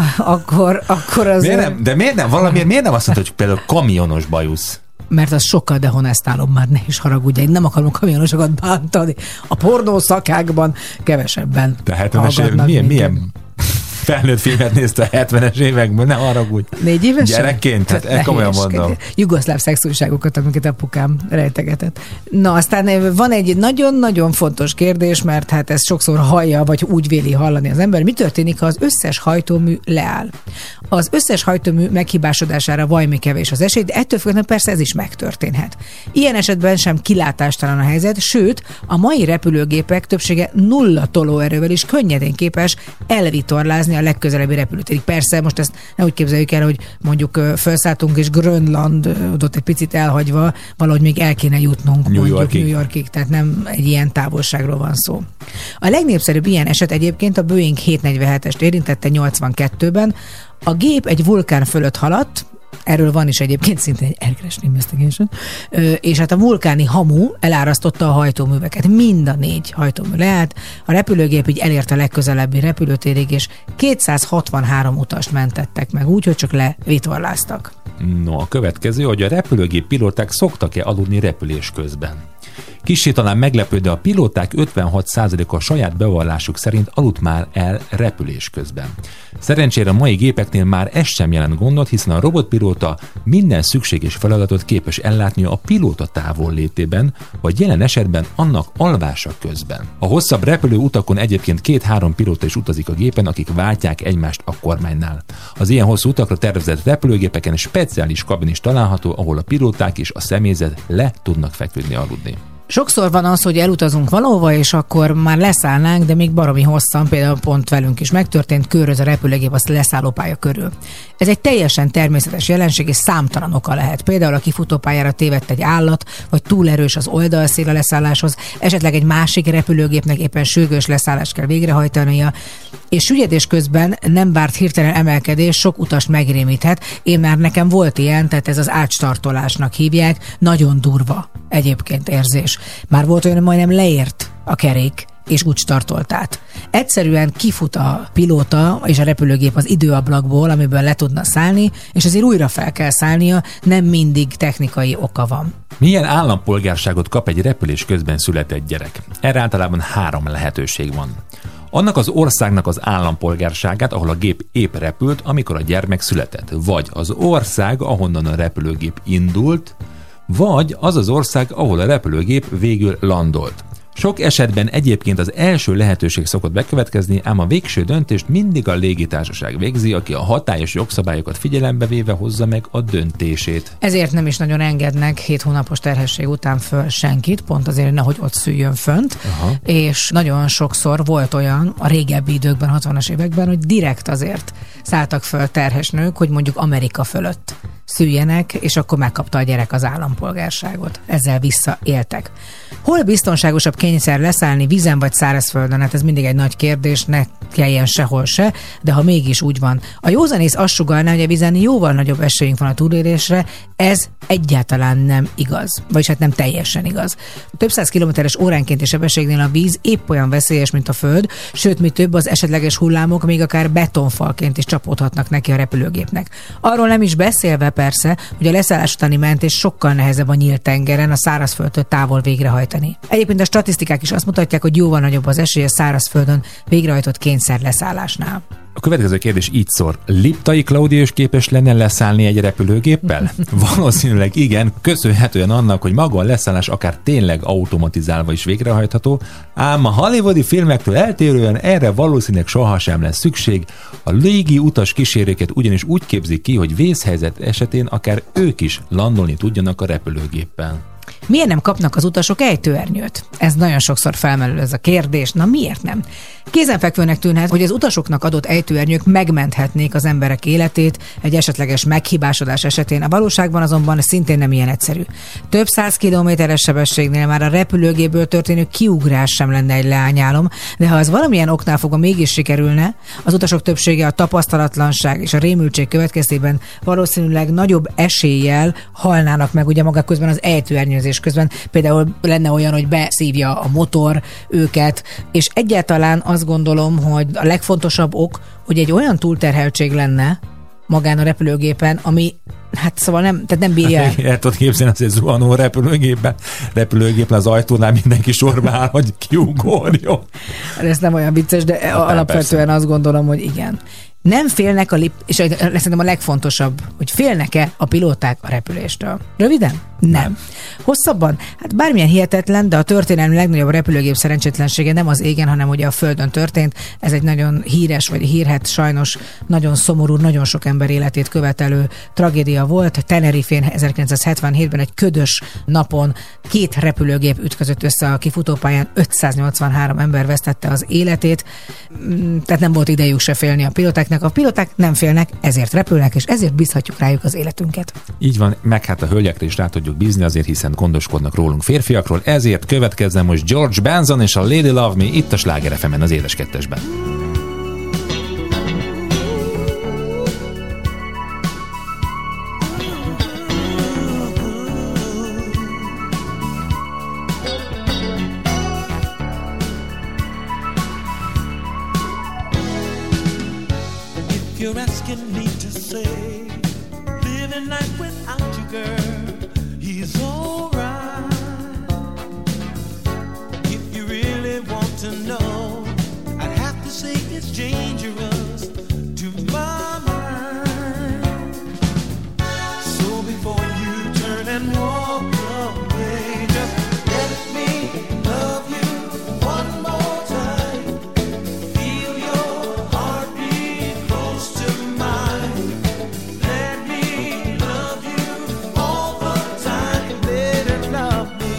akkor az... Miért nem azt mondta, hogy például kamionos bajusz? Mert az sokkal dehonestálom, már ne is haragudj, én nem akarom kamionosokat bántani. A pornó szakákban kevesebben. De 70-es milyen felnőtt filmet nézte a 70-es években, ne haragudj. 4 évesen? Gyerekként? Tehát komolyan mondom. Jugoszláv szexújságokat, amiket apukám rejtegetett. Na, aztán van egy nagyon-nagyon fontos kérdés, mert hát ezt sokszor hallja, vagy úgy véli hallani az ember. Mi történik, ha az összes hajtómű leáll? Az összes hajtómű meghibásodására vajmi kevés az esély, de ettől függően persze ez is megtörténhet. Ilyen esetben sem kilátástalan a helyzet, sőt, a mai repülőgépek többsége 0 tolóerővel is könnyedén képes elvitorlázni a legközelebbi repülőtérig. Persze, most ezt ne úgy képzeljük el, hogy mondjuk felszálltunk és Grönlandot egy picit elhagyva, valahogy még el kéne jutnunk New Yorkig, tehát nem egy ilyen távolságról van szó. A legnépszerűbb ilyen eset egyébként a Boeing 747-est érintette 82-ben. A gép egy vulkán fölött haladt, erről van is egyébként szintén egy Air Crash Investigation, és hát a vulkáni hamu elárasztotta a hajtóműveket. Mind a 4 hajtómű leállt, a repülőgép így elérte a legközelebbi repülőtérig, és 263 utast mentettek meg úgy, hogy csak levitorláztak. No, a következő, hogy a repülőgép pilóták szoktak-e aludni repülés közben? Kissé talán meglepő, de a pilóták 56%-a saját bevallásuk szerint aludt már el repülés közben. Szerencsére a mai gépeknél már ez sem jelent gondot, hiszen a robotpilóta minden szükséges feladatot képes ellátni a pilóta távollétében, vagy jelen esetben annak alvása közben. A hosszabb repülő utakon egyébként 2-3 pilóta is utazik a gépen, akik váltják egymást a kormánynál. Az ilyen hosszú utakra tervezett repülőgépeken speciális kabin is található, ahol a pilóták és a személyzet le tudnak feküdni aludni. Sokszor van az, hogy elutazunk valahova, és akkor már leszállnánk, de még baromi hosszan, például pont velünk is megtörtént, köröz a repülőgép a leszállópálya körül. Ez egy teljesen természetes jelenség, és számtalan oka lehet. Például a kifutópályára tévedt egy állat, vagy túl erős az oldalszél a leszálláshoz, esetleg egy másik repülőgépnek éppen sürgős leszállást kell végrehajtania, és sügyedés közben nem várt hirtelen emelkedés sok utast megrémíthet. Én már nekem volt ilyen, tehát ez az átstartolásnak hívják, nagyon durva egyébként érzés. Már volt olyan, hogy majdnem leért a kerék, és úgy startolt át. Egyszerűen kifut a pilóta és a repülőgép az időablakból, amiből le tudna szállni, és azért újra fel kell szállnia, nem mindig technikai oka van. Milyen állampolgárságot kap egy repülés közben született gyerek? Erre általában 3 lehetőség van. Annak az országnak az állampolgárságát, ahol a gép épp repült, amikor a gyermek született, vagy az ország, ahonnan a repülőgép indult, vagy az az ország, ahol a repülőgép végül landolt. Sok esetben egyébként az első lehetőség szokott bekövetkezni, ám a végső döntést mindig a légitársaság végzi, aki a hatályos jogszabályokat figyelembe véve hozza meg a döntését. Ezért nem is nagyon engednek 7 hónapos terhesség után föl senkit, pont azért, hogy nehogy ott szüljön fönt. Aha. És nagyon sokszor volt olyan a régebbi időkben, 60-as években, hogy direkt azért szálltak föl terhes nők, hogy mondjuk Amerika fölött szüljenek, és akkor megkapta a gyerek az állampolgárságot. Ezzel visszaéltek. Hol biztonságosabb kényszer leszállni, vízen vagy szárazföldön? Hát ez mindig egy nagy kérdés, ne keljen sehol se, de ha mégis úgy van. A józanész azt sugallná, hogy a vízen jóval nagyobb esélyünk van a túlélésre, ez egyáltalán nem igaz. Vagyis hát nem teljesen igaz. A több száz kilométeres óránkénti sebességnél a víz épp olyan veszélyes, mint a föld, sőt, mi több, az esetleges hullámok még akár betonfalként is csapódhatnak neki a repülőgépnek. Arról nem is beszélve persze, hogy a leszállás utáni mentés sokkal nehezebb a nyílt tengeren, a szárazföldtől távol végrehajtani. Egyébként a statisztikák is azt mutatják, hogy jóval nagyobb az esély a szárazföldön végrehajtott kényszer leszállásnál. A következő kérdés így szól. Liptai Klaudia is képes lenne leszállni egy repülőgéppel? Valószínűleg igen, köszönhetően annak, hogy maga a leszállás akár tényleg automatizálva is végrehajtható, ám a hollywoodi filmektől eltérően erre valószínűleg sohasem lesz szükség. A légi utas kísérőket ugyanis úgy képzik ki, hogy vészhelyzet esetén akár ők is landolni tudjanak a repülőgéppel. Miért nem kapnak az utasok ejtőernyőt? Ez nagyon sokszor felmerül ez a kérdés. Na miért nem? Kézenfekvőnek tűnhet, hogy az utasoknak adott ejtőernyők megmenthetnék az emberek életét egy esetleges meghibásodás esetén. A valóságban azonban szintén nem ilyen egyszerű. Több száz kilométeres sebességnél már a repülőgépből történő kiugrás sem lenne egy leányálom, de ha ez valamilyen oknál fogva mégis sikerülne, az utasok többsége a tapasztalatlanság és a rémültség következtében valószínűleg nagyobb eséllyel halnának meg ugye maga közben az ejtőernyőzés közben. Például lenne olyan, hogy beszívja a motor őket, és egyáltalán azt gondolom, hogy a legfontosabb ok, hogy egy olyan túlterheltség lenne magán a repülőgépen, ami hát szóval nem bírja el. El tudod képzelni, az egy zuhanó repülőgépen az ajtónál mindenki sorba áll, hogy kiugorjon. Ez nem olyan vicces, de alapvetően azt gondolom, hogy igen. Nem félnek és szerintem a legfontosabb, hogy félnek-e a pilóták a repüléstől? Röviden? Nem. Hosszabban? Hát bármilyen hihetetlen, de a történelmi legnagyobb repülőgép szerencsétlensége nem az égen, hanem ugye a földön történt. Ez egy nagyon híres, vagy hírhedt, sajnos nagyon szomorú, nagyon sok ember életét követelő tragédia volt. Tenerifén 1977-ben egy ködös napon 2 repülőgép ütközött össze a kifutópályán, 583 ember vesztette az életét, tehát nem volt idejük se félni a pilótáknak. A pilóták nem félnek, ezért repülnek, és ezért bízhatjuk rájuk az életünket. Így van, meg hát a hölgyekre is rá tudjuk bízni, azért hiszen gondoskodnak rólunk férfiakról, ezért következzen most George Benson és a Lady Love Me itt a Sláger FM-en az Édes Kettesben. You're asking me to say, living life without you, girl, he's alright. If you really want to know, I'd have to say it's dangerous to my mind. So before you turn and walk away, just let me love you one more time. Feel your heartbeat close to mine. Let me love you all the time. Let it love me.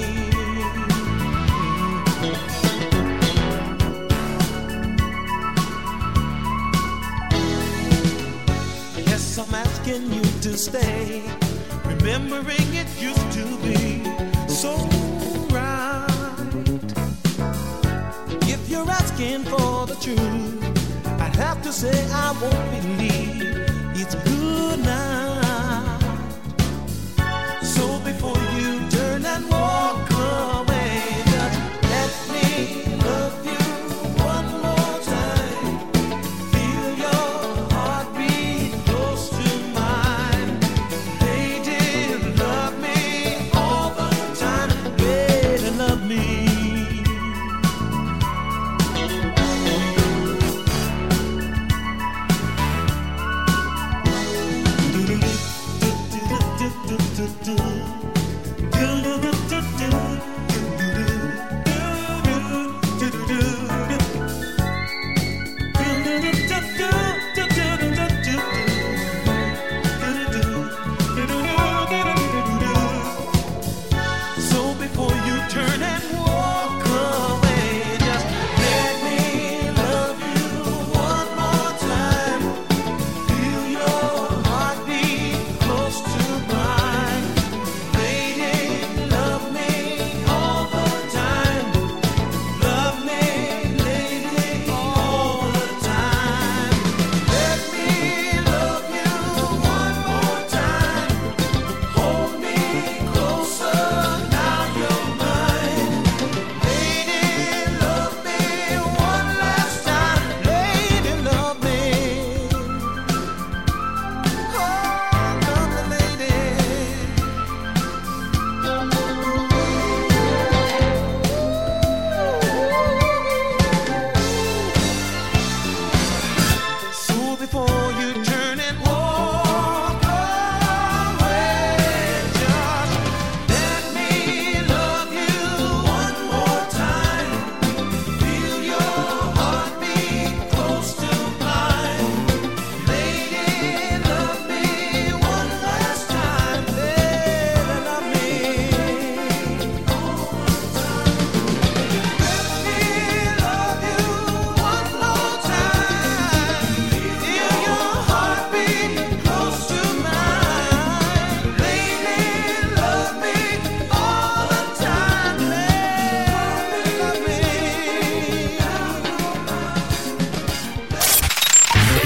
Yes, I'm asking you to stay, remembering it used to be so right. If you're asking for the truth, I'd have to say I won't believe it's good night. So before you turn and walk away, just let me love you one more time. Feel your heartbeat close to mine. Lady, love me all the time. Lady, love me.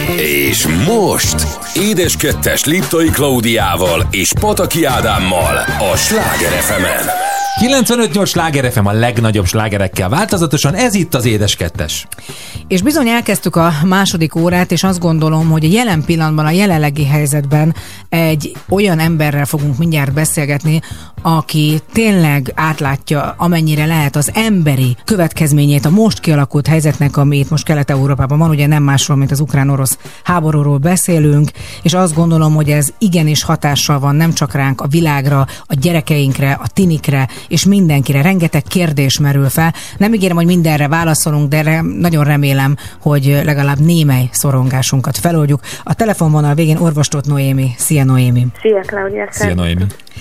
És most Édes Kettes Liptai Klaudiával és Pataki Ádámmal a Sláger FM-en. 95-8 Sláger FM a legnagyobb slágerekkel változatosan, ez itt az Édes Kettes. És bizony elkezdtük a második órát, és azt gondolom, hogy a jelen pillanatban, a jelenlegi helyzetben egy olyan emberrel fogunk mindjárt beszélgetni, aki tényleg átlátja, amennyire lehet az emberi következményét a most kialakult helyzetnek, ami itt most Kelet-Európában van, ugye nem másról, mint az ukrán-orosz háborúról beszélünk, és azt gondolom, hogy ez igenis hatással van nem csak ránk, a világra, a gyerekeinkre, a tinikre, és mindenkire. Rengeteg kérdés merül fel. Nem ígérem, hogy mindenre válaszolunk, de nagyon remélem, hogy legalább némely szorongásunkat feloldjuk. A telefonvonal végén Orvos Tóth Noémi. Szia, Noémi! Szia, Klaudia! Szia, Noémi!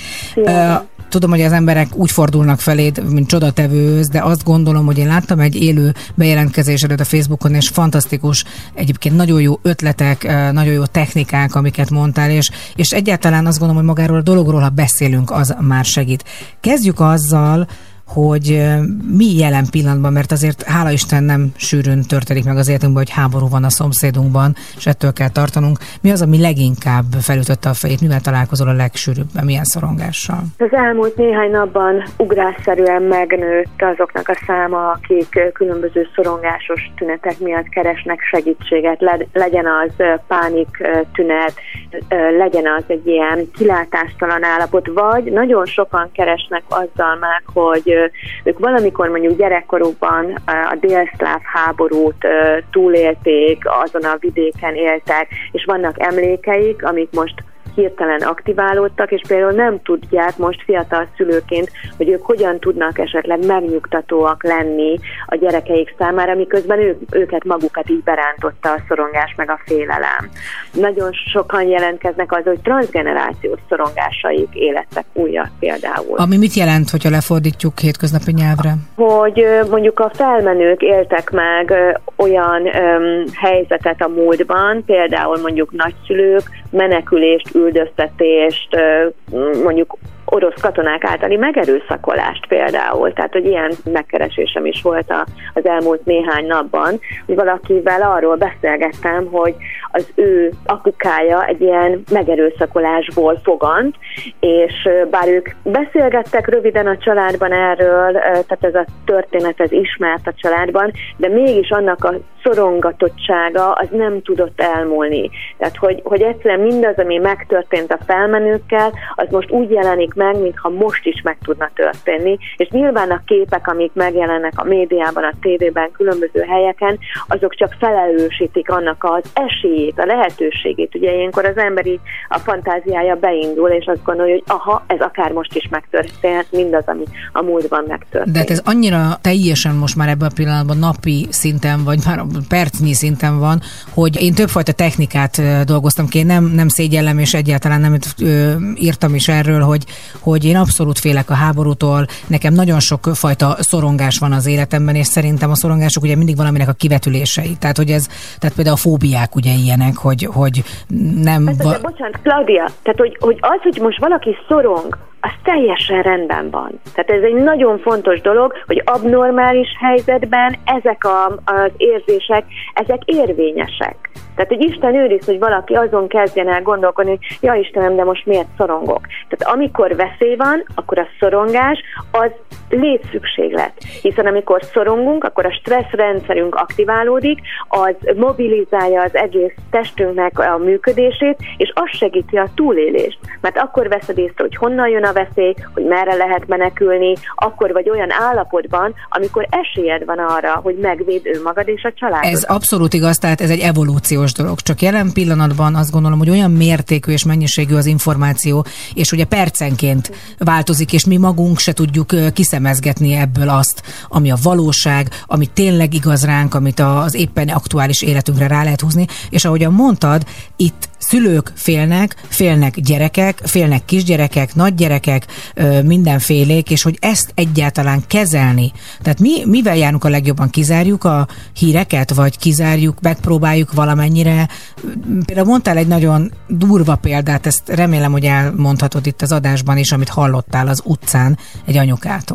Tudom, hogy az emberek úgy fordulnak feléd, mint csodatevőhöz, de azt gondolom, hogy én láttam egy élő bejelentkezésedet a Facebookon, és fantasztikus, egyébként nagyon jó ötletek, nagyon jó technikák, amiket mondtál, és egyáltalán azt gondolom, hogy magáról a dologról, ha beszélünk, az már segít. Kezdjük azzal, hogy mi jelen pillanatban, mert azért hála Isten nem sűrűn történik meg az életünkben, hogy háború van a szomszédunkban, és ettől kell tartanunk. Mi az, ami leginkább felütötte a fejét? Mivel találkozol a legsűrűbben? Milyen szorongással? Az elmúlt néhány napban ugrásszerűen megnőtt azoknak a száma, akik különböző szorongásos tünetek miatt keresnek segítséget. Legyen az pánik tünet, legyen az egy ilyen kilátástalan állapot, vagy nagyon sokan keresnek azzal meg, hogy ők valamikor mondjuk gyerekkorukban a délszláv háborút túlélték, azon a vidéken éltek, és vannak emlékeik, amik most hirtelen aktiválódtak, és például nem tudják most fiatal szülőként, hogy ők hogyan tudnak esetleg megnyugtatóak lenni a gyerekeik számára, miközben őket magukat így berántotta a szorongás meg a félelem. Nagyon sokan jelentkeznek az, hogy transzgenerációs szorongásaik élettek újra például. Ami mit jelent, hogyha lefordítjuk hétköznapi nyelvre? Hogy mondjuk a felmenők éltek meg olyan helyzetet a múltban, például mondjuk nagyszülők menekülést, üldöztetést, mondjuk orosz katonák általi megerőszakolást például. Tehát, hogy ilyen megkeresésem is volt az elmúlt néhány napban, hogy valakivel arról beszélgettem, hogy az ő apukája egy ilyen megerőszakolásból fogant, és bár ők beszélgettek röviden a családban erről, tehát ez a történet ez ismert a családban, de mégis annak a szorongatottsága az nem tudott elmúlni. Tehát, hogy egyszerűen mindaz, ami megtörtént a felmenőkkel, az most úgy jelenik meg, mintha most is meg tudna történni, és nyilván a képek, amik megjelennek a médiában, a tévében, különböző helyeken, azok csak felelősítik annak az esélyét, a lehetőségét. Ugye ilyenkor az ember így a fantáziája beindul, és azt gondolja, hogy aha, ez akár most is megtörténhet, mindaz, ami a múltban megtörtént. De hát ez annyira teljesen most már ebben a pillanatban napi szinten, vagy már percnyi szinten van, hogy én többfajta technikát dolgoztam ki, nem szégyellem, és egyáltalán nem írtam is erről, hogy én abszolút félek a háborútól, nekem nagyon sok fajta szorongás van az életemben, és szerintem a szorongások ugye mindig valaminek a kivetülései. Tehát például a fóbiák ugye ilyenek, hogy nem... Bocsánat, Klaudia, tehát hogy az, hogy most valaki szorong, az teljesen rendben van. Tehát ez egy nagyon fontos dolog, hogy abnormális helyzetben ezek az érzések, ezek érvényesek. Tehát, hogy Isten őriz, hogy valaki azon kezdjen el gondolkodni, hogy ja Istenem, de most miért szorongok. Tehát amikor veszély van, akkor a szorongás az létszükséglet. Hiszen amikor szorongunk, akkor a stressz rendszerünk aktiválódik, az mobilizálja az egész testünknek a működését, és az segíti a túlélést. Mert akkor veszed észre, hogy honnan jön a veszély, hogy merre lehet menekülni, akkor vagy olyan állapotban, amikor esélyed van arra, hogy megvéd önmagad és a családod. Ez abszolút igaz, tehát ez egy evolúciós dolog. Csak jelen pillanatban azt gondolom, hogy olyan mértékű és mennyiségű az információ, és ugye percenként változik, és mi magunk se tudjuk kiszemezgetni ebből azt, ami a valóság, ami tényleg igaz ránk, amit az éppen aktuális életünkre rá lehet húzni, és ahogyan mondtad, itt szülők félnek gyerekek, félnek kisgyerekek, nagygyerekek, mindenfélék, és hogy ezt egyáltalán kezelni. Tehát mivel járunk a legjobban? Kizárjuk a híreket, vagy kizárjuk, megpróbáljuk valamennyire? Például mondtál egy nagyon durva példát, ezt remélem, hogy elmondhatod itt az adásban is, amit hallottál az utcán egy anyukától.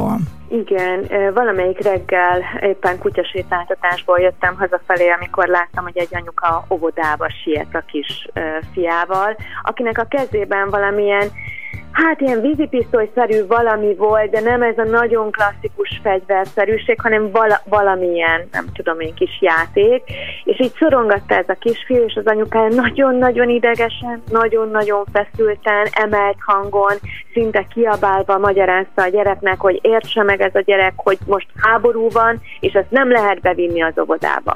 Igen, valamelyik reggel éppen kutyasétáltatásból jöttem hazafelé, amikor láttam, hogy egy anyuka óvodába siet a kis fiával, akinek a kezében valamilyen, ilyen vízipisztolyszerű valami volt, de nem ez a nagyon klasszikus fegyverszerűség, hanem valamilyen, nem tudom én, kis játék, és így szorongatta ez a kisfiú, és az anyukája nagyon-nagyon idegesen, nagyon-nagyon feszülten, emelt hangon, szinte kiabálva magyarázta a gyereknek, hogy értse meg ez a gyerek, hogy most háború van, és ezt nem lehet bevinni az óvodába.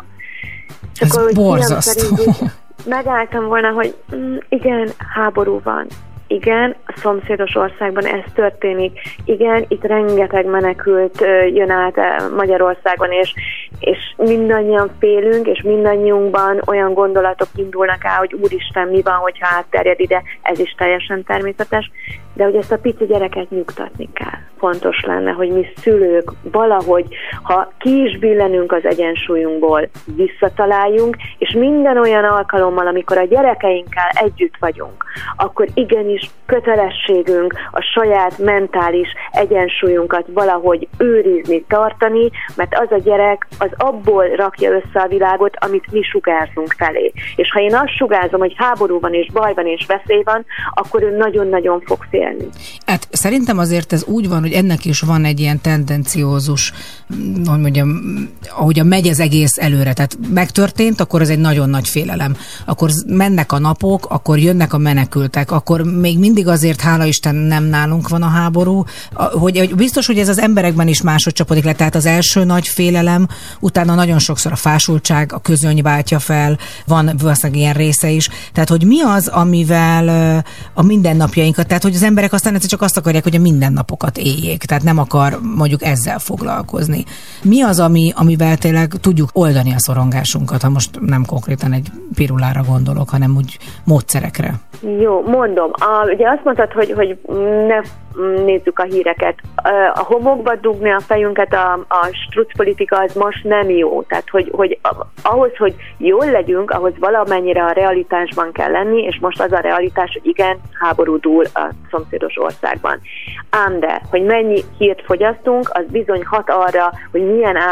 Ez borzasztó. Megálltam volna, hogy igen, háború van. Igen, a szomszédos országban ez történik. Igen, itt rengeteg menekült jön át Magyarországon, és mindannyian félünk, és mindannyiunkban olyan gondolatok indulnak el, hogy úristen, mi van, hogyha átterjed ide, ez is teljesen természetes, de hogy ezt a pici gyereket nyugtatni kell. Fontos lenne, hogy mi szülők valahogy, ha ki is billenünk az egyensúlyunkból, visszataláljunk, és minden olyan alkalommal, amikor a gyerekeinkkel együtt vagyunk, akkor igenis kötelességünk a saját mentális egyensúlyunkat valahogy őrizni, tartani, mert az a gyerek az abból rakja össze a világot, amit mi sugárzunk felé. És ha én azt sugárzom, hogy háború van, és baj van, és veszély van, akkor ő nagyon-nagyon fog félni. Hát szerintem azért ez úgy van, hogy ennek is van egy ilyen tendenciózus, hogy mondjam, ahogyan megy az egész előre. Tehát megtörtént, akkor ez egy nagyon nagy félelem. Akkor mennek a napok, akkor jönnek a menekültek, akkor még mindig azért, hála Isten, nem nálunk van a háború. Hogy biztos, hogy ez az emberekben is máshogy csapódik le. Tehát az első nagy félelem, utána nagyon sokszor a fásultság, a közöny váltja fel, van valószínűleg ilyen része is. Tehát, hogy mi az, amivel a mindennapjainkat, tehát, hogy az emberek aztán egyszer csak azt akarják, hogy a mindennapokat éljék, tehát nem akar mondjuk ezzel foglalkozni. Mi az, amivel tényleg tudjuk oldani a szorongásunkat, ha most nem konkrétan egy pirulára gondolok, hanem úgy módszerekre? Jó, mondom. Ugye azt mondtad, hogy ne nézzük a híreket. A homokba dugni a fejünket a struccpolitika az most nem jó. Tehát, hogy ahhoz, hogy jól legyünk, ahhoz valamennyire a realitásban kell lenni, és most az a realitás, hogy igen, háború dúl a szomszédos országban. Ám de, hogy mennyi hírt fogyasztunk, az bizony hat arra, hogy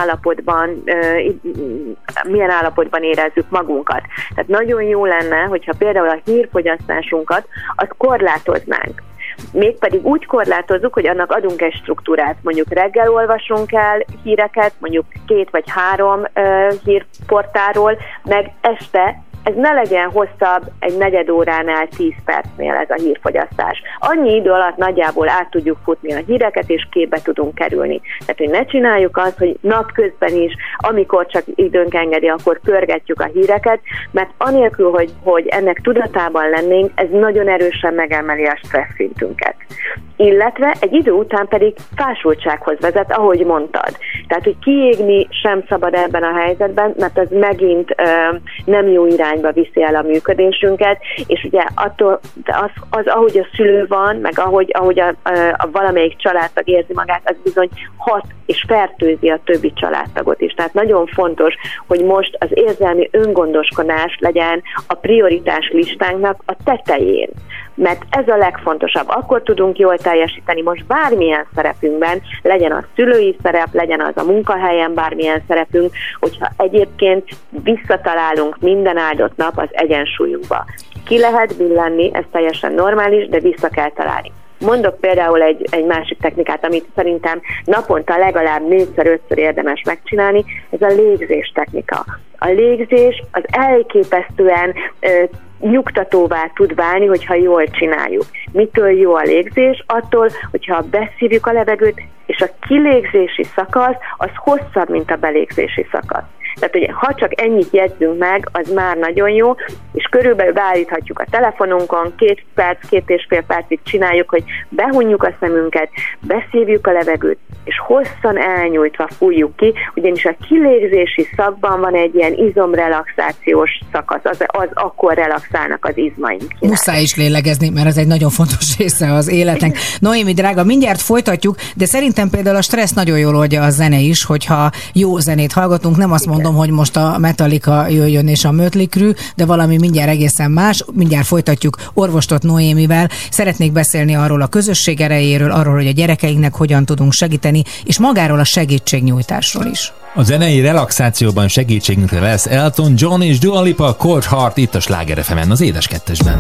milyen állapotban érezzük magunkat. Tehát nagyon jó lenne, hogyha például a hírfogyasztásunkat azt korlátoznánk. Mégpedig úgy korlátozzuk, hogy annak adunk egy struktúrát. Mondjuk reggel olvasunk el híreket, mondjuk 2 vagy 3 hírportálról, meg este ez ne legyen hosszabb egy negyed óránál 10 percnél ez a hírfogyasztás. Annyi idő alatt nagyjából át tudjuk futni a híreket, és képbe tudunk kerülni. Tehát, hogy ne csináljuk azt, hogy napközben is, amikor csak időnk engedi, akkor pörgetjük a híreket, mert anélkül, hogy ennek tudatában lennénk, ez nagyon erősen megemeli a stressz szintünket. Illetve egy idő után pedig fásultsághoz vezet, ahogy mondtad. Tehát, hogy kiégni sem szabad ebben a helyzetben, mert ez megint nem jó irányba viszi el a működésünket, és ugye attól, az ahogy a szülő van, meg ahogy a valamelyik családtag érzi magát, az bizony hat és fertőzi a többi családtagot is. Tehát nagyon fontos, hogy most az érzelmi öngondoskodás legyen a prioritás listánknak a tetején. Mert ez a legfontosabb. Akkor tudunk jól teljesíteni most bármilyen szerepünkben, legyen az szülői szerep, legyen az a munkahelyen bármilyen szerepünk, hogyha egyébként visszatalálunk minden áldott nap az egyensúlyunkba. Ki lehet billenni, ez teljesen normális, de vissza kell találni. Mondok például egy másik technikát, amit szerintem naponta legalább 4-5-ször érdemes megcsinálni, ez a légzés technika. A légzés az elképesztően nyugtatóvá tud válni, hogyha jól csináljuk. Mitől jó a légzés? Attól, hogyha beszívjuk a levegőt, és a kilégzési szakasz az hosszabb, mint a belégzési szakasz. Tehát, hogy ha csak ennyit jegyzünk meg, az már nagyon jó, és körülbelül beállíthatjuk a telefonunkon, 2 perc, 2,5 percig csináljuk, hogy behunjuk a szemünket, beszívjuk a levegőt, és hosszan elnyújtva fújjuk ki, ugyanis a kilégzési szakban van egy ilyen izomrelaxációs szakasz, az akkor relaxálnak az izmaink. Muszáj is lélegezni, mert ez egy nagyon fontos része az életnek. Noémi drága, mindjárt folytatjuk, de szerintem például a stressz nagyon jól oldja a zene is, hogyha jó zenét hallgatunk, nem azt mondom, hogy most a Metallica jöjjön és a Mötley Crüe, de valami mindjárt egészen más. Mindjárt folytatjuk Orvostott Noémivel. Szeretnék beszélni arról a közösség erejéről, arról, hogy a gyerekeinknek hogyan tudunk segíteni, segíteni, és magáról a segítségnyújtásról is. A zenei relaxációban segítségünkre lesz Elton John és Dua Lipa, Cold Heart itt a Sláger FM-en, az Édes Kettesben.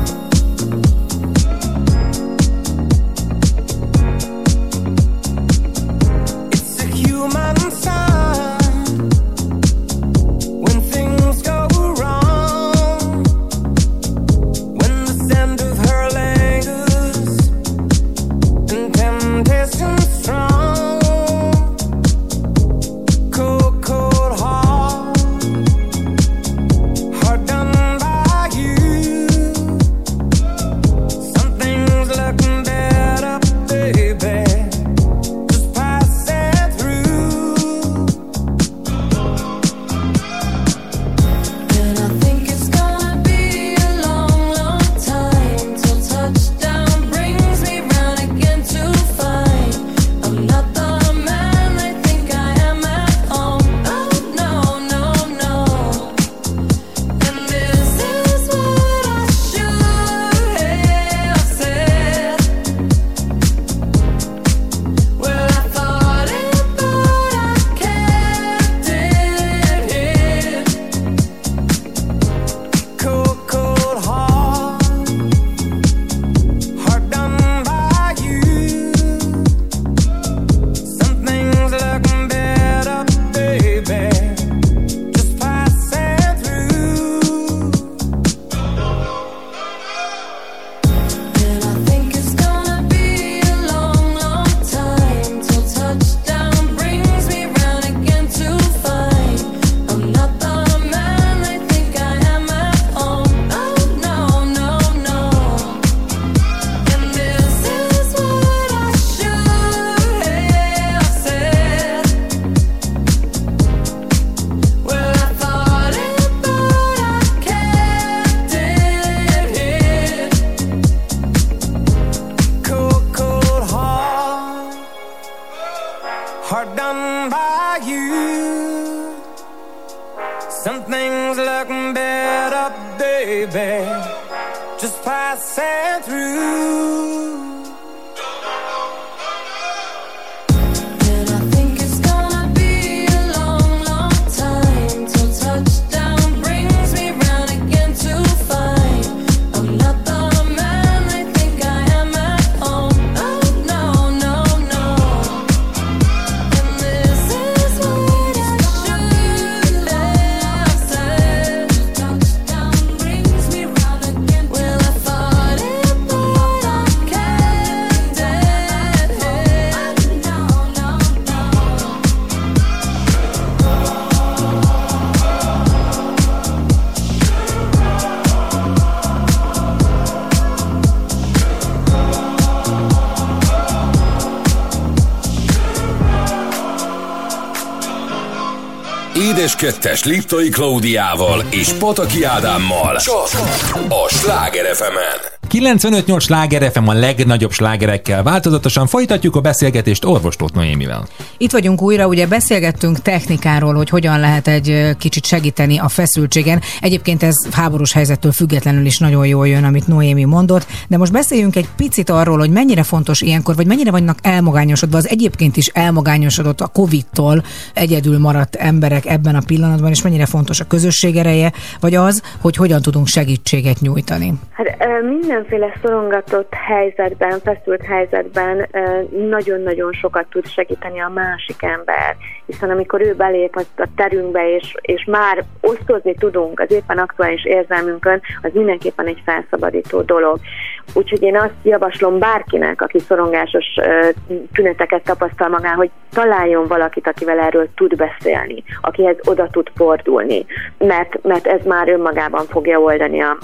Édes Kettes Liptai Klaudiával és Pataki Ádámmal csak a Sláger FM-en. 95.8 Sláger FM, a legnagyobb slágerekkel változatosan folytatjuk a beszélgetést Orvos Tóth Noémivel. Itt vagyunk újra, ugye beszélgettünk technikáról, hogy hogyan lehet egy kicsit segíteni a feszültségen. Egyébként ez háborús helyzettől függetlenül is nagyon jól jön, amit Noémi mondott, de most beszéljünk egy picit arról, hogy mennyire fontos ilyenkor, vagy mennyire vannak elmagányosodva, az egyébként is elmagányosodott a Covid-tól egyedül maradt emberek ebben a pillanatban, és mennyire fontos a közösség ereje, vagy az, hogy hogyan tudunk segítséget nyújtani. Hát mindenféle szorongatott helyzetben, feszült helyzetben nagyon-nagyon sokat tud segíteni a másik ember, hiszen amikor ő belép a terünkbe, és már osztozni tudunk az éppen aktuális érzelmünkön, az mindenképpen egy felszabadító dolog. Úgyhogy én azt javaslom bárkinek, aki szorongásos tüneteket tapasztal magán, hogy találjon valakit, akivel erről tud beszélni, akihez oda tud fordulni, mert ez már önmagában fogja oldani a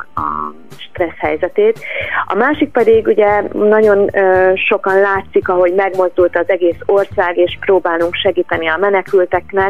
stressz helyzetét. A másik pedig ugye nagyon sokan látszik, ahogy megmozdult az egész ország, és próbálunk segíteni a menekülteknek.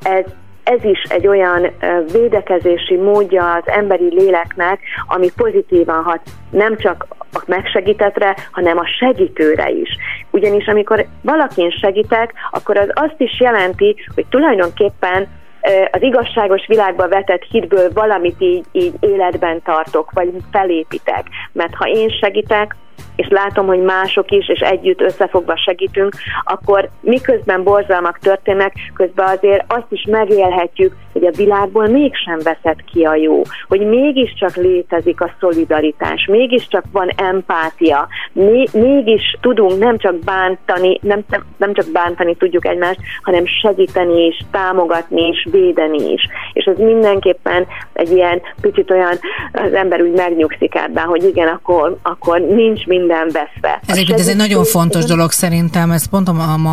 Ez is egy olyan védekezési módja az emberi léleknek, ami pozitívan hat nem csak a megsegítetre, hanem a segítőre is. Ugyanis amikor valakin segítek, akkor az azt is jelenti, hogy tulajdonképpen az igazságos világba vetett hitből valamit így életben tartok, vagy felépítek. Mert ha én segítek, és látom, hogy mások is, és együtt összefogva segítünk, akkor miközben borzalmak történnek, közben azért azt is megélhetjük, hogy a világból mégsem veszett ki a jó, hogy mégiscsak létezik a szolidaritás, mégiscsak van empátia, mégis tudunk nem csak bántani tudjuk egymást, hanem segíteni is, támogatni is, védeni is. És ez mindenképpen egy ilyen picit olyan, az ember úgy megnyugszik ebben, hogy igen, akkor nincs minden veszve. Ez egy nagyon fontos dolog szerintem, ezt pont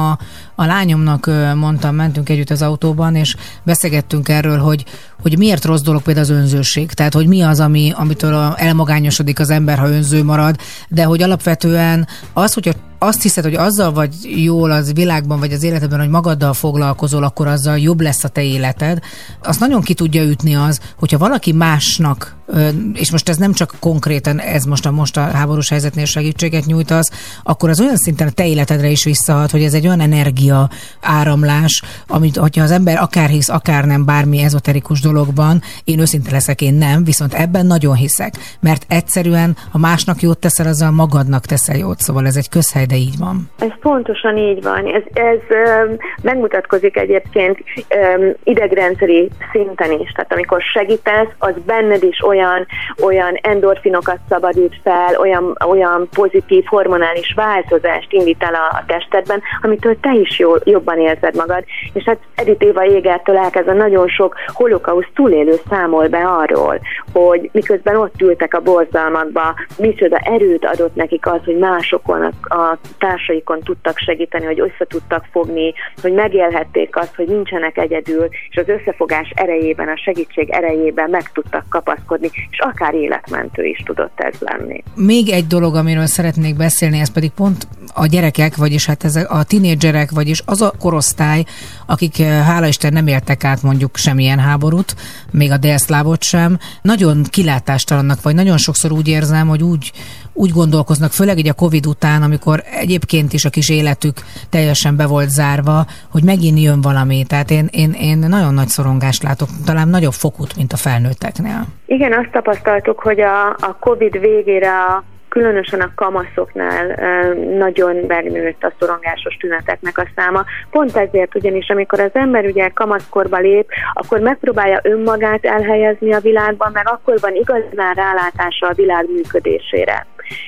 a lányomnak mondtam, mentünk együtt az autóban, és beszélgettünk erről, hogy miért rossz dolog például az önzőség. Tehát, hogy mi az, amitől elmagányosodik az ember, ha önző marad, de hogy alapvetően az, hogyha azt hiszed, hogy azzal vagy jól az világban, vagy az életedben, hogy magaddal foglalkozol, akkor azzal jobb lesz a te életed. Azt nagyon ki tudja ütni az, hogyha valaki másnak, és most ez nem csak konkrétan, ez most a háborús helyzetnél segítséget nyújtasz, akkor az olyan szinten a te életedre is visszahat, hogy ez egy olyan energia áramlás, amit, hogyha az ember akár hisz, akár nem bármi ezoterikus dologban, én őszinte leszek, én nem, viszont ebben nagyon hiszek, mert egyszerűen, ha másnak jót teszel, azzal magadnak teszel jót, szóval ez egy közhely, de így van. Ez pontosan így van. Ez megmutatkozik egyébként idegrendszeri szinten is. Tehát amikor segítesz, az benned is olyan endorfinokat szabadít fel, olyan pozitív hormonális változást indít el a testedben, amitől te is jobban érzed magad. És hát Edith Éva Jégertől elkezdve nagyon sok holokauszt túlélő számol be arról, hogy miközben ott ültek a borzalmakba, micsoda erőt adott nekik az, hogy másokon, a társaikon tudtak segíteni, hogy össze tudtak fogni, hogy megélhették azt, hogy nincsenek egyedül, és az összefogás erejében, a segítség erejében meg tudtak kapaszkodni, és akár életmentő is tudott ez lenni. Még egy dolog, amiről szeretnék beszélni, ez pedig pont a gyerekek, vagyis hát ezek a tinédzserek, vagyis az a korosztály, akik hála Isten nem éltek át mondjuk semmilyen háborút, még a délszlávot sem, nagyon kilátástalannak, vagy nagyon sokszor úgy érzem, hogy úgy gondolkoznak, főleg így a Covid után, amikor egyébként is a kis életük teljesen be volt zárva, hogy megint jön valami. Tehát én nagyon nagy szorongást látok, talán nagyobb fokút, mint a felnőtteknél. Igen, azt tapasztaltuk, hogy a Covid végére különösen a kamaszoknál nagyon megnőtt a szorongásos tüneteknek a száma. Pont ezért ugyanis, amikor az ember ugye kamaszkorba lép, akkor megpróbálja önmagát elhelyezni a világban, meg akkor van igazán rálátása a világ működésére.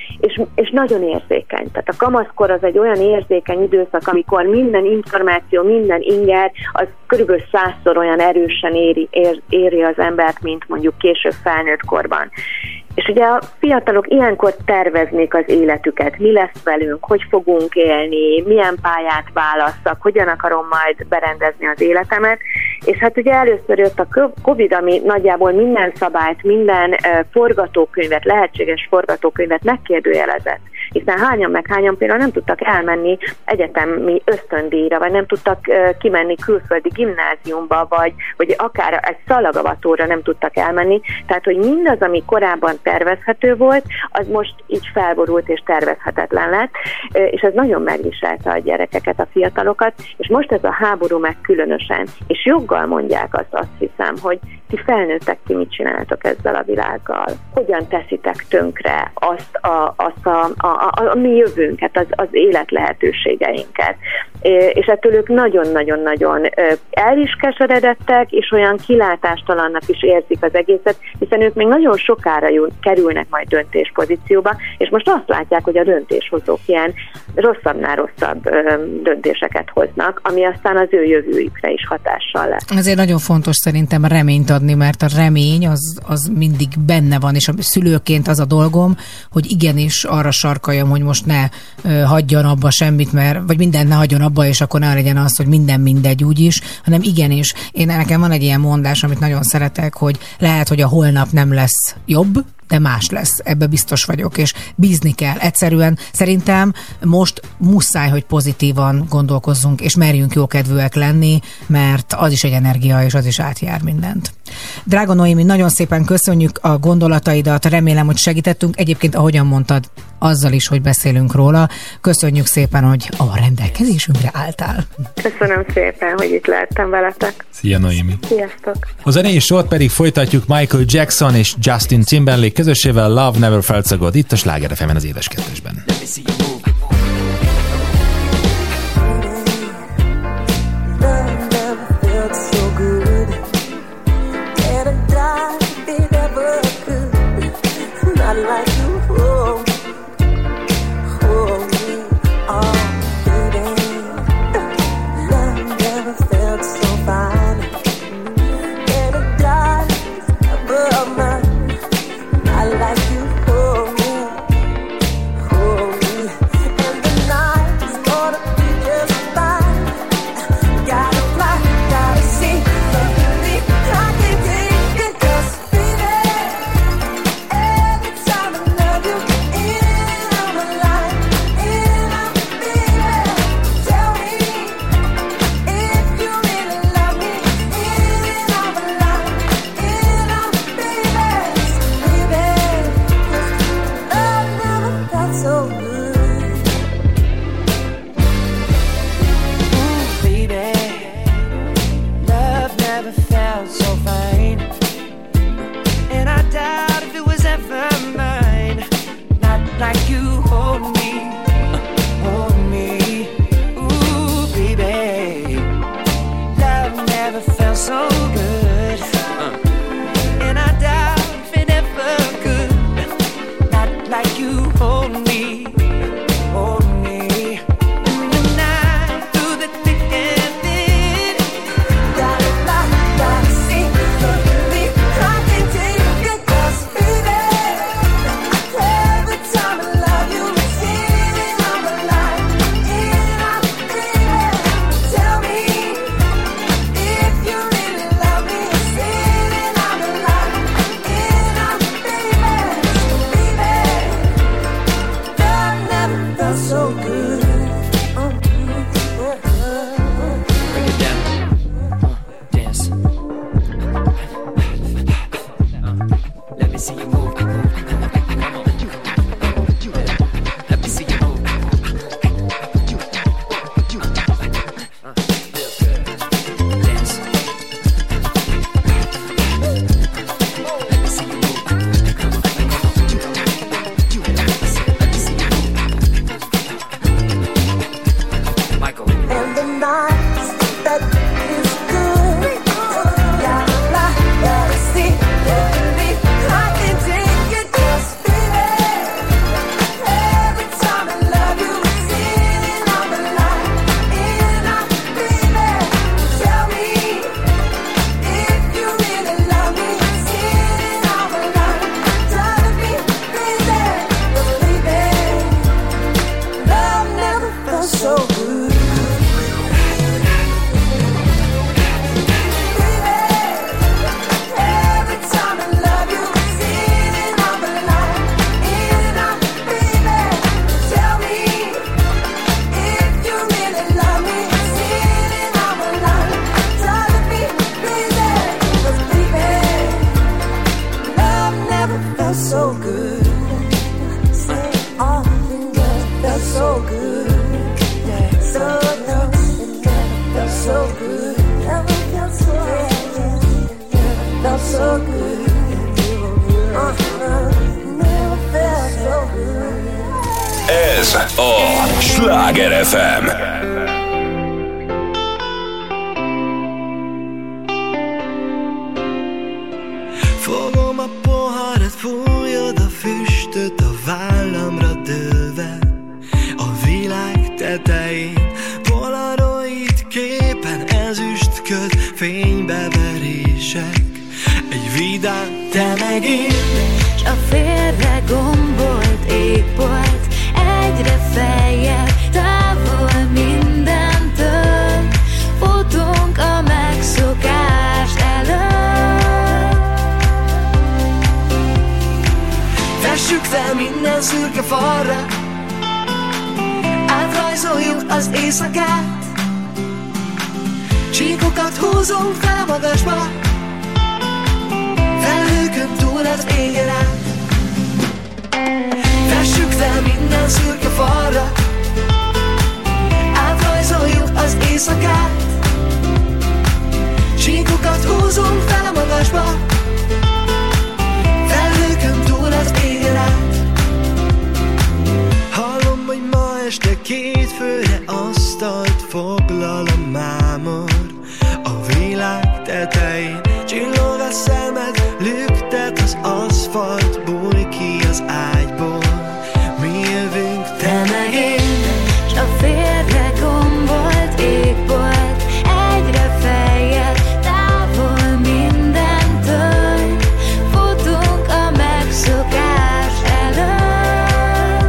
És nagyon érzékeny. Tehát a kamaszkor az egy olyan érzékeny időszak, amikor minden információ, minden inger, az körülbelül 100-szor olyan erősen éri az embert, mint mondjuk később felnőtt korban. És ugye a fiatalok ilyenkor terveznék az életüket, mi lesz velünk, hogy fogunk élni, milyen pályát válasszak, hogyan akarom majd berendezni az életemet, és hát ugye először jött a Covid, ami nagyjából minden szabályt, minden forgatókönyvet, lehetséges forgatókönyvet megkérdőjelezett. Hiszen hányan például nem tudtak elmenni egyetemi ösztöndíjra, vagy nem tudtak kimenni külföldi gimnáziumba, vagy akár egy szalagavatóra nem tudtak elmenni. Tehát, hogy mindaz, ami korábban tervezhető volt, az most így felborult és tervezhetetlen lett, és ez nagyon megviselte a gyerekeket, a fiatalokat, és most ez a háború meg különösen, és joggal mondják azt hiszem, hogy ti felnőttek, ti mit csináltok ezzel a világgal? Hogyan teszitek tönkre a mi jövőnket, az élet lehetőségeinket? És ettől ők nagyon-nagyon-nagyon el is keseredettek, és olyan kilátástalannak is érzik az egészet, hiszen ők még nagyon sokára kerülnek majd döntéspozícióba, és most azt látják, hogy a döntéshozók ilyen rosszabbnál rosszabb döntéseket hoznak, ami aztán az ő jövőjükre is hatással lesz. Ezért nagyon fontos szerintem reményt adni, mert a remény az mindig benne van, és a szülőként az a dolgom, hogy igenis arra sarkaljam, hogy most ne hagyjon abba semmit, vagy mindent ne hagyjon abba, és akkor ne legyen az, hogy minden mindegy úgyis, hanem igenis. Nekem van egy ilyen mondás, amit nagyon szeretek, hogy lehet, hogy a holnap nem lesz jobb, de más lesz, ebbe biztos vagyok, és bízni kell. Egyszerűen szerintem most muszáj, hogy pozitívan gondolkozzunk, és merjünk jókedvűek lenni, mert az is egy energia, és az is átjár mindent. Drága Noémi, nagyon szépen köszönjük a gondolataidat, remélem, hogy segítettünk. Egyébként, ahogyan mondtad, azzal is, hogy beszélünk róla. Köszönjük szépen, hogy a rendelkezésünkre álltál. Köszönöm szépen, hogy itt lehettem veletek. Szia, Noémi. Sziasztok! A zenei sort pedig folytatjuk Michael Jackson és Justin Timberlake közösével, Love Never Felt So Good, itt a Sláger FM-en az Édes Kettesben. Ez a Sláger FM. Fogom a poharat, fújod a füstöt a vállamra dőlve. A világ tetején polaroid képen ezüstköd, fénybe verések. Egy vidám te megint, s a félre gombolt égbolt egyre feljebb, távol mindentől, futunk a megszokás előtt. szürke falra, átrajzoljuk az éjszakát, csíkokat húzunk fel a magasba, felhőkön túl az égen át. Fessük fel minden szürke falra, átrajzoljuk az éjszakát, csíkokat húzunk fel a magasba, felhőkön túl az égen át. Hallom, hogy ma este kétfőre asztalt foglal a mámor a világ tetején. Csillog a szemed, lüktet az aszfalt, bújj ki az ágyból. Mi jövünk, te meg én, S a férre gombolt égbolt egyre feljebb, távol mindentől, futunk a megszokás előtt.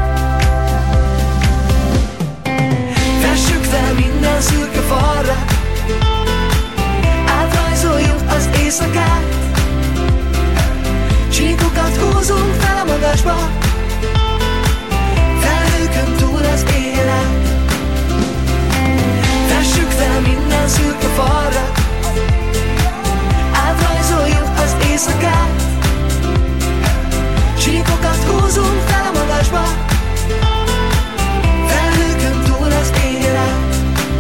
fessük fel minden szürke falra, átrajzoljuk az éjszakát, csíkokat húzunk fel a magasba, felhőkön túl az égen át. Fessük fel minden szürke falra, átrajzoljuk az éjszakát, csíkokat húzunk fel a magasba, felhőkön túl az égen át.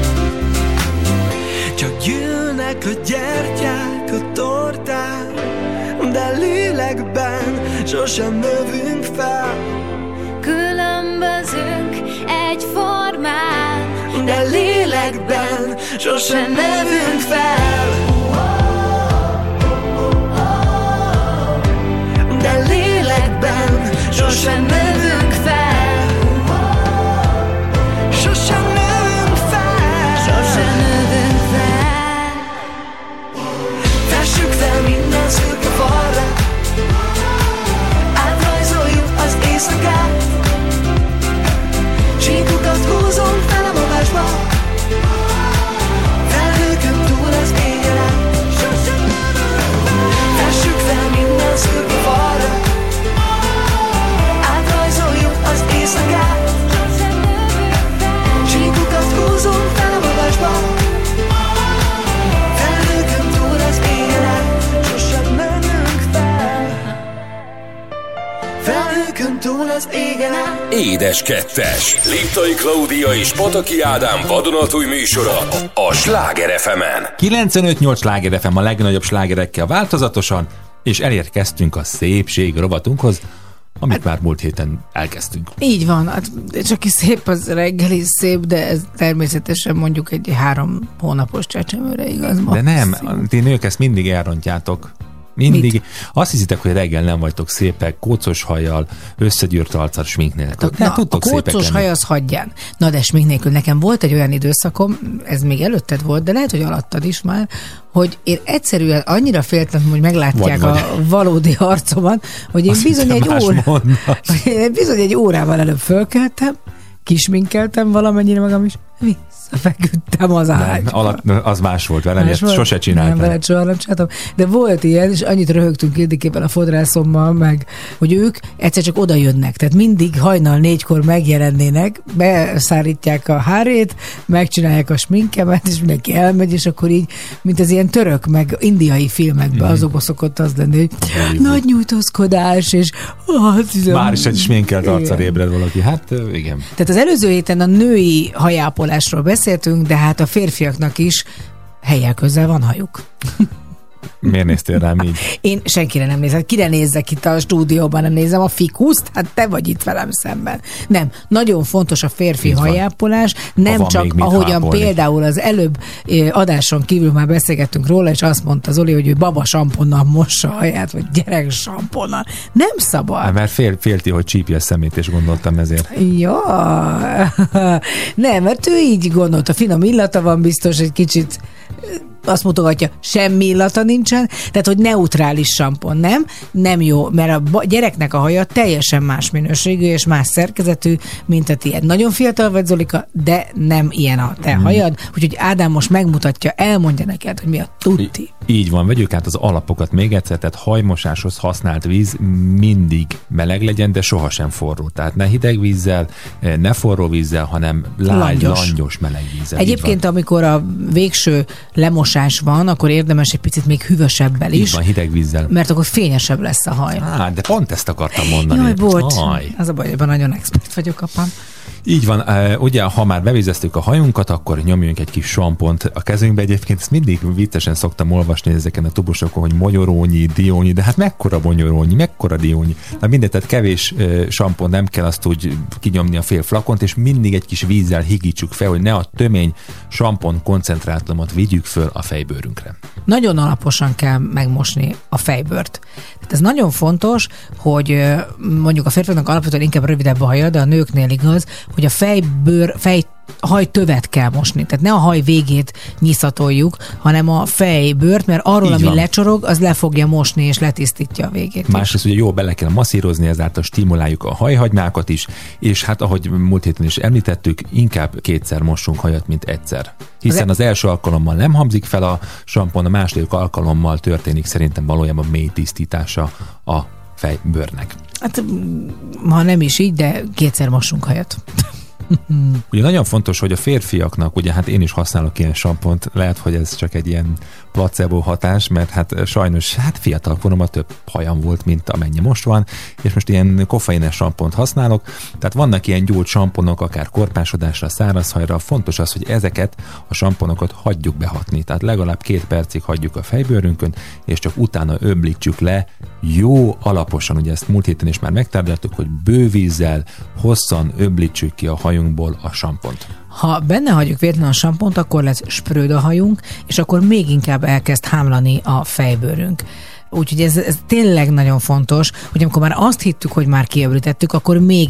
Csak gyűlnek a gyertyák, a torták, de lélekben sosem növünk fel. Különbözünk egyformán, De lélekben sosem növünk fel. De lélekben sosem növünk fel. Sosem növünk fel. sosem növünk fel. Fessük fel minden szürke falra, átrajzoljuk az éjszakát, csíkokat húzunk fel a magasba, felhőkön túl az égen át. Fessük fel minden szürke falra, átrajzoljuk az éjszakát, csíkokat húzunk fel a magasba, felhőkön túl az égen át. Sosem növünk fel. Felhőkön túl az égen át. Édes Kettes. Liptai Klaudia és Pataki Ádám vadonatúj műsora a Sláger FM-en. 95-8 Sláger FM a legnagyobb slágerekkel változatosan, és elérkeztünk a szépség rovatunkhoz, amit már múlt héten elkezdtünk. Így van, hát csak is szép az reggel is szép, de ez természetesen mondjuk egy 3 hónapos csecsemőre igaz. De nem, ti nők ezt mindig elrontjátok. Mindig. Mit? Azt hiszitek, hogy reggel nem vagytok szépek, kócos hajjal, összegyűrt arccal, smink nélkül. Nem Na, a tudtok szépek kócos lenni. haj az hagyján. Na de smink nélkül. Nekem volt egy olyan időszakom, ez még előtted volt, de lehet, hogy alattad is már, hogy én egyszerűen annyira féltem, hogy meglátják Vagy. a valódi arcomat, hogy én Azt bizony hittem, más mondasz. bizony egy órával előbb fölkeltem, kisminkeltem valamennyire magam is, visszafeküdtem az ágyba. Az más volt velem, ezt Más volt? sose csináltam. Nem, veled soha nem csináltam. De volt ilyen, és annyit röhögtünk Ildikében a fodrászommal, meg, hogy ők egyszer csak oda jönnek. Tehát mindig hajnal 4-kor megjelennének, beszárítják a hárét, megcsinálják a sminkemet, és mindenki elmegy, és akkor így, mint az ilyen török, meg indiai filmekben, azokban szokott az lenni, hogy nagy nyújtózkodás, és Már is egy sminkelt arccal ébred valaki. Hát igen. tehát az előző héten a női hajápolásról beszéltünk, de hát a férfiaknak is helyel közel van hajuk. Miért néztél rám így? Én senkire nem nézem. Kire nézzek itt a stúdióban? Nem nézem a fikuszt? Hát te vagy itt velem szemben. Nem. Nagyon fontos a férfi Így van. hajápolás. Ha Nem van csak még mit ahogyan hápolni. például az előbb adáson kívül már beszélgettünk róla, és azt mondta Zoli, hogy ő baba samponnal mossa a haját, vagy gyerek samponnal. Nem szabad. Hát, mert félti, hogy csípje a szemét, és gondoltam ezért. Ja, nem, mert ő így gondolta, finom illata van biztos, egy kicsit azt mutogatja, semmi illata nincsen, tehát hogy neutrális sampon, nem jó, mert a gyereknek a haja teljesen más minőségű és más szerkezetű, mint a tiéd. Nagyon fiatal vagy, Zolika, de nem ilyen a te hajad, úgyhogy Ádám most megmutatja, elmondja neked, hogy mi a tutti. Így van, vegyük át az alapokat még egyszer, tehát hajmosáshoz használt víz mindig meleg legyen, de sohasem forró. Tehát ne hideg vízzel, ne forró vízzel, hanem langyos meleg vízzel. Egyébként, amikor a végső lemosás van, akkor érdemes egy picit még hüvösebbel is. Így van, hideg vízzel. Mert akkor fényesebb lesz a haj. De pont ezt akartam mondani. Jaj, bocs. Az a baj, hogy nagyon expert vagyok, apám. Így van, ugye, ha már bevízeztük a hajunkat, akkor nyomjunk egy kis sampont a kezünkbe. Egyébként ezt mindig viccesen szoktam olvasni ezeken a tubusokon, hogy mogyorónyi, diónyi, de hát mekkora mogyorónyi, mekkora diónyi. Na mindegy, tehát kevés sampont nem kell azt úgy kinyomni a fél flakont, és mindig egy kis vízzel higítsuk fel, hogy ne a tömény sampon koncentrátumot vigyük föl a fejbőrünkre. Nagyon alaposan kell megmosni a fejbőrt. Tehát ez nagyon fontos, hogy mondjuk a férfiaknak alapvetően inkább rövidebb a haja, de a nőknél igaz, hogy a hajtövet kell mosni. Tehát ne a haj végét nyiszatoljuk, hanem a fejbőrt, mert arról, ami lecsorog, az le fogja mosni és letisztítja a végét. Másrészt ugye jól bele kell masszírozni, ezáltal stimuláljuk a hajhagymákat is, és hát ahogy múlt héten is említettük, inkább kétszer mossunk hajat, mint egyszer. Hiszen az első alkalommal nem hamzik fel a sampon, a második alkalommal történik szerintem valójában mély tisztítása a fejbőrnek. Hát ha nem is így, de kétszer mossunk hajat. Ugye nagyon fontos, hogy a férfiaknak, ugye hát én is használok ilyen sampont, lehet, hogy ez csak egy ilyen placebo hatás, mert hát sajnos fiatal koromban több hajam volt, mint amennyi most van, és most ilyen koffeines sampont használok, tehát vannak ilyen gyújt samponok, akár korpásodásra, szárazhajra, fontos az, hogy ezeket a samponokat hagyjuk behatni, tehát legalább 2 percig hagyjuk a fejbőrünkön, és csak utána öblítsük le jó alaposan, ugye ezt múlt héten is már megtárgyaltuk, hogy bővízzel hosszan öblítsük ki a hajunkból a sampont. Ha benne hagyjuk véletlenül a sampont, akkor lesz spröd a hajunk, és akkor még inkább elkezd hámlani a fejbőrünk. Úgyhogy ez tényleg nagyon fontos, hogy amikor már azt hittük, hogy már kiöblítettük, akkor még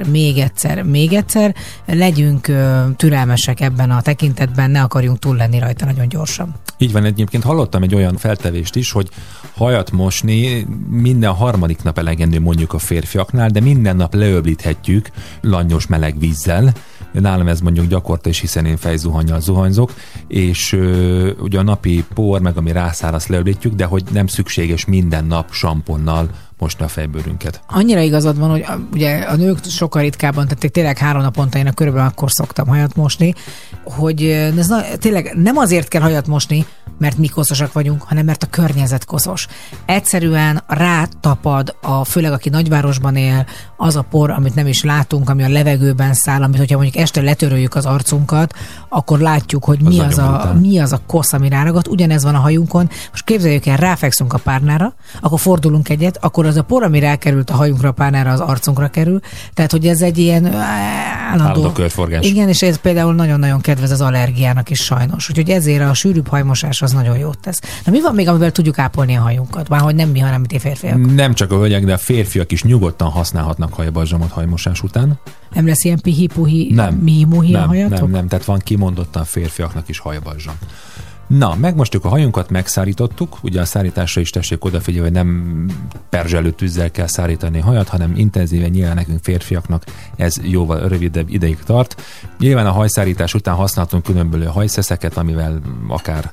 egyszer legyünk türelmesek ebben a tekintetben, ne akarjunk túl lenni rajta nagyon gyorsan. Így van, egyébként hallottam egy olyan feltevést is, hogy hajat mosni minden harmadik nap elegendő mondjuk a férfiaknál, de minden nap leöblíthetjük langyos meleg vízzel. Nálam ez mondjuk gyakorta is, hiszen én fejzuhannyal zuhanyzok, és ugye a napi por, meg ami rászáll, azt leöblítjük, de hogy nem szükséges minden nap samponnal mosni a fejbőrünket. Annyira igazad van, hogy ugye a nők sokkal ritkábban, tehát tényleg 3 naponta, én körülbelül akkor szoktam hajat mosni, hogy ez tényleg nem azért kell hajat mosni, mert mi koszosak vagyunk, hanem mert a környezet koszos. Egyszerűen rátapad, főleg aki nagyvárosban él, az a por, amit nem is látunk, ami a levegőben száll, amit hogyha mondjuk este letöröljük az arcunkat, akkor látjuk, hogy mi az a kosz, ami ráragadt. Ugyanez van a hajunkon. Most képzeljük el, ráfekszünk a párnára, akkor fordulunk egyet, akkor az a por, ami rákerült a hajunkra, a párnára, az arcunkra kerül. Tehát, hogy ez egy ilyen állandó körforgás. Igen, és ez például nagyon-nagyon kedvez az allergiának is sajnos. Úgyhogy ezért a sűrűbb hajmosás az nagyon jót tesz. Na mi van még, amivel tudjuk ápolni a hajunkat? Márhogy nem mi, hanem mi férfiak. Nem csak a hölgyek, de a férfiak is nyugodtan használhatnak hajbalzsamot hajmosás után. Nem lesz ilyen pihi-puhi, mihi-muhi a hajatok? Nem, tehát van kimondottan a férfiaknak is hajbalzsam. Na, megmostuk a hajunkat, megszárítottuk, ugye a szárításra is tessék odafigyelni, hogy nem perzselő tűzzel kell szárítani a hajat, hanem intenzíven, nyilván nekünk férfiaknak ez jóval rövidebb ideig tart. Nyilván a hajszárítás után használtunk különböző hajszeszeket, amivel akár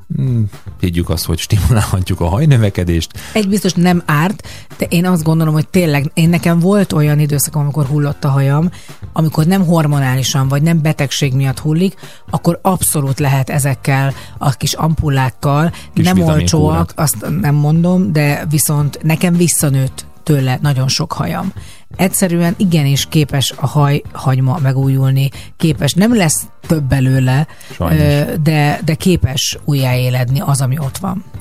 higgyük azt, hogy stimulálhatjuk a hajnövekedést. Egy biztos nem árt, de én azt gondolom, hogy tényleg, nekem volt olyan időszakom, amikor hullott a hajam, amikor nem hormonálisan, vagy nem betegség miatt hullik, akkor abszolút lehet ezekkel a kis ampullákkal, nem olcsóak, azt nem mondom, de viszont nekem visszanőtt tőle nagyon sok hajam. Egyszerűen igenis képes a hajhagyma megújulni, képes, nem lesz több belőle, de képes újjáéledni az, ami ott van.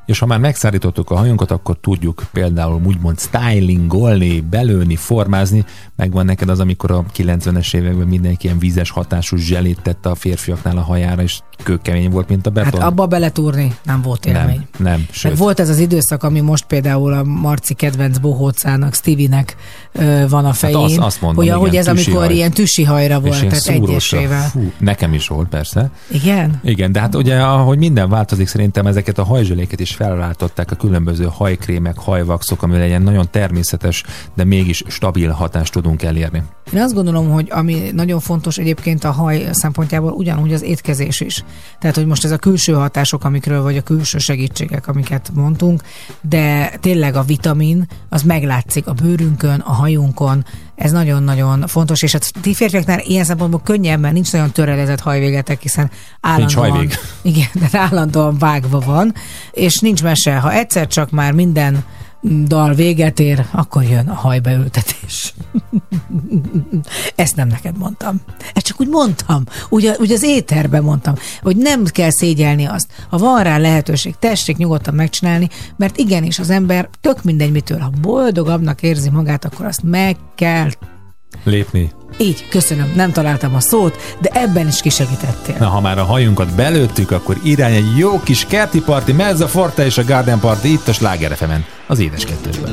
és ha már megszárítottuk a hajunkat, akkor tudjuk például úgymond stylingolni, belőni, formázni. Megvan neked az, amikor a 90-es években mindenki ilyen vízes hatású zselét tette a férfiaknál a hajára, és kőkemény volt, mint a beton? Hát abba beletúrni nem volt élmény. Nem, sőt. Meg volt ez az időszak, ami most például a Marci kedvenc bohócának, Stevie-nek van a fején. Hát azt mondom, hogy ez amikor haj. ilyen tüsi hajra volt, tehát egyesével. Nekem is volt, persze. Igen? Igen, de hát ugye, ahogy minden változik, szerintem ezeket a hajzseléket is felváltották a különböző hajkrémek, hajvaxok, amivel egy nagyon természetes, de mégis stabil hatást tudunk elérni. Én azt gondolom, hogy ami nagyon fontos egyébként a haj szempontjából ugyanúgy az étkezés is. Tehát, hogy most ez a külső hatások, amikről, vagy a külső segítségek, amiket mondtunk, de tényleg a vitamin, az meglátszik a bőrünkön, a hajunkon, ez nagyon-nagyon fontos, és a ti férfiaknál ilyen szempontból könnyebb, mert nincs nagyon töredezett hajvégetek, hiszen állandóan, igen, de állandóan vágva van, és nincs mese. Ha egyszer csak már minden dal véget ér, akkor jön a hajbeültetés. Ezt nem neked mondtam. Ezt csak úgy mondtam. Úgy az éterben mondtam, hogy nem kell szégyelni azt. Ha van rá lehetőség, tessék nyugodtan megcsinálni, mert igenis az ember tök mindegy mitől. Ha boldogabbnak érzi magát, akkor azt meg kell lépni. Így, köszönöm, nem találtam a szót, de ebben is kisegítettél. Na, ha már a hajunkat belőttük, akkor irány egy jó kis kerti parti, Mezza Forte és a Garden Party itt a Sláger FM-en, az Édes Kettősben.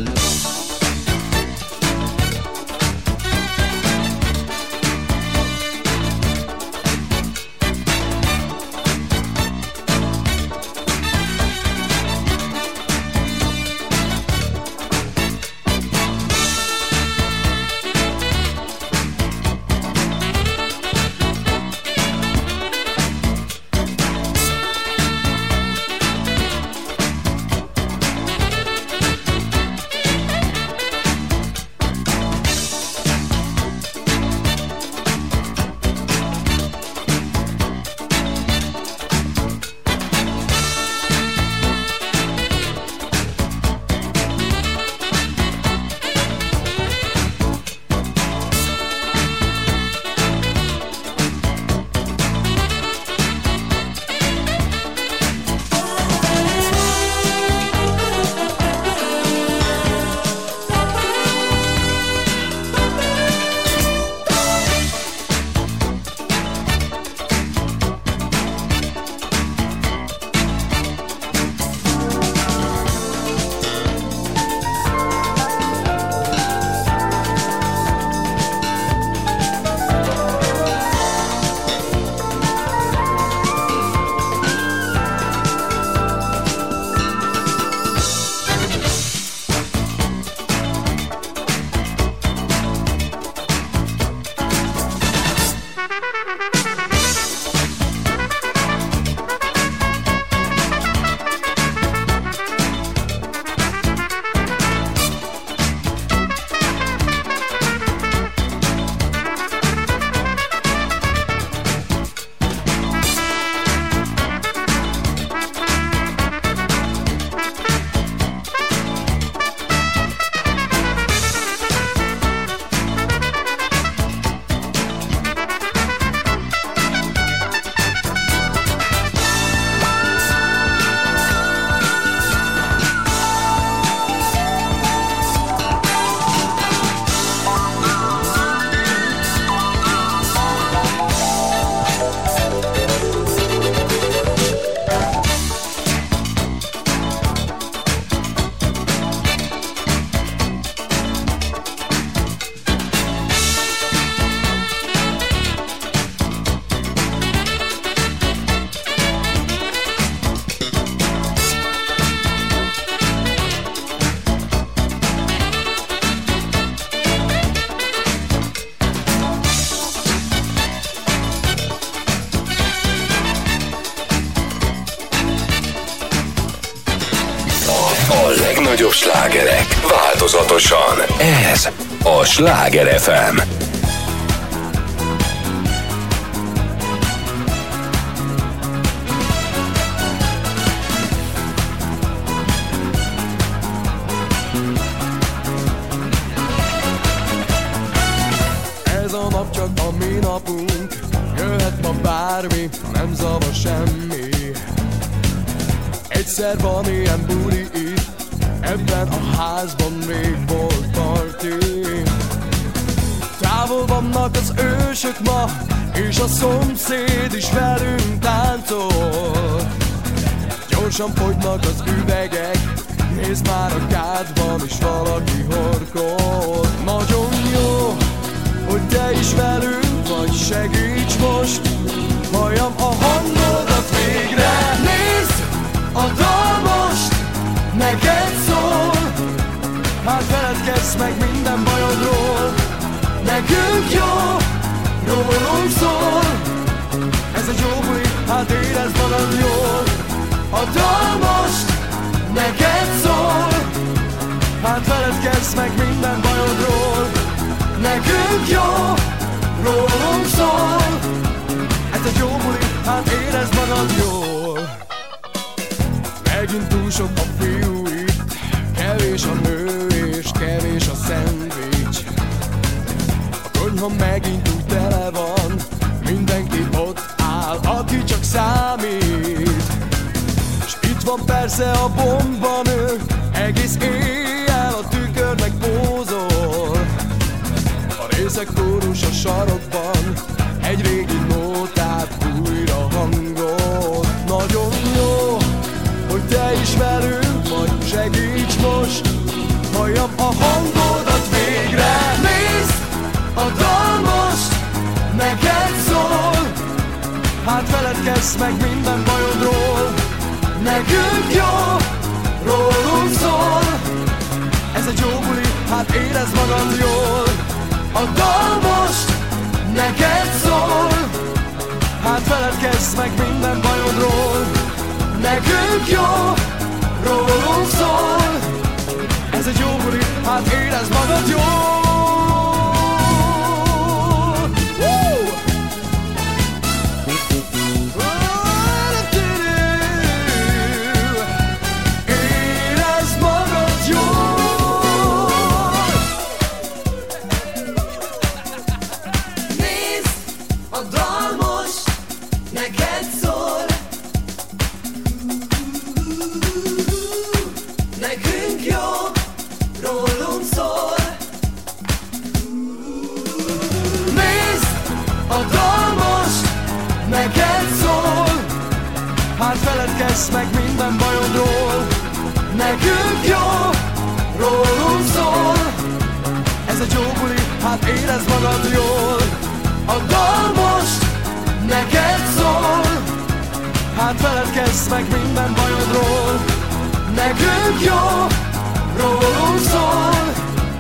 legnagyobb slágerek változatosan. Ez a Sláger FM. Ez a nap csak a mi napunk, jöhet ma bármi, nem zavar semmi. Egy Egyszer van ilyen buli itt, ebben a házban még volt parti. Távol vannak az ősök ma, és a szomszéd is velünk táncol. Gyorsan fogynak az üvegek, nézd már a kádban is valaki horkol. Nagyon jó, hogy te is velünk vagy, segíts most, halljam a hangodat végre. Nézd, a dal most neked szól, hát feledkezz meg minden bajodról. Nekünk jó, rólunk szól, ez egy jó buli, hát érezd magad jól. A dal most neked szól, hát feledkezz meg minden bajodról. Nekünk jó, rólunk szól, ez egy jó buli, hát érezd magad jól. Megint túl sok a fiú itt, kevés a nő és kevés a szendvics. A konyha megint úgy tele van, mindenki ott áll, aki csak számít. S itt van persze a bombanő, egész éjjel a tükörnek pózol. A részek kórus a sarokban, egy régi nótát újra hangol. Nagyon jó, hogy te is velünk vagy, segíts most, halljam a hangodat végre. Nézd, a dal most neked szól, hát feledkezz meg minden bajodról. Nekünk jó, rólunk szól, ez egy jó buli, hát érezd magad jól. A dal most neked szól, hát feledkezz meg minden bajodról. Nekünk jó, rólunk szól, ez egy jó buli, hát érezd magad jól. Érezd magad jól. Nézd, a dal most neked szól, nekünk jó, rólunk szól. Nézd, a dal most neked szól, hát feledkezz meg minden bajodról. Nekünk jó, rólunk szól, ez egy jó buli, hát érezd magad jól. A dal most neked szól, hát feledkezz meg minden bajodról. Nekünk jó, rólunk szól.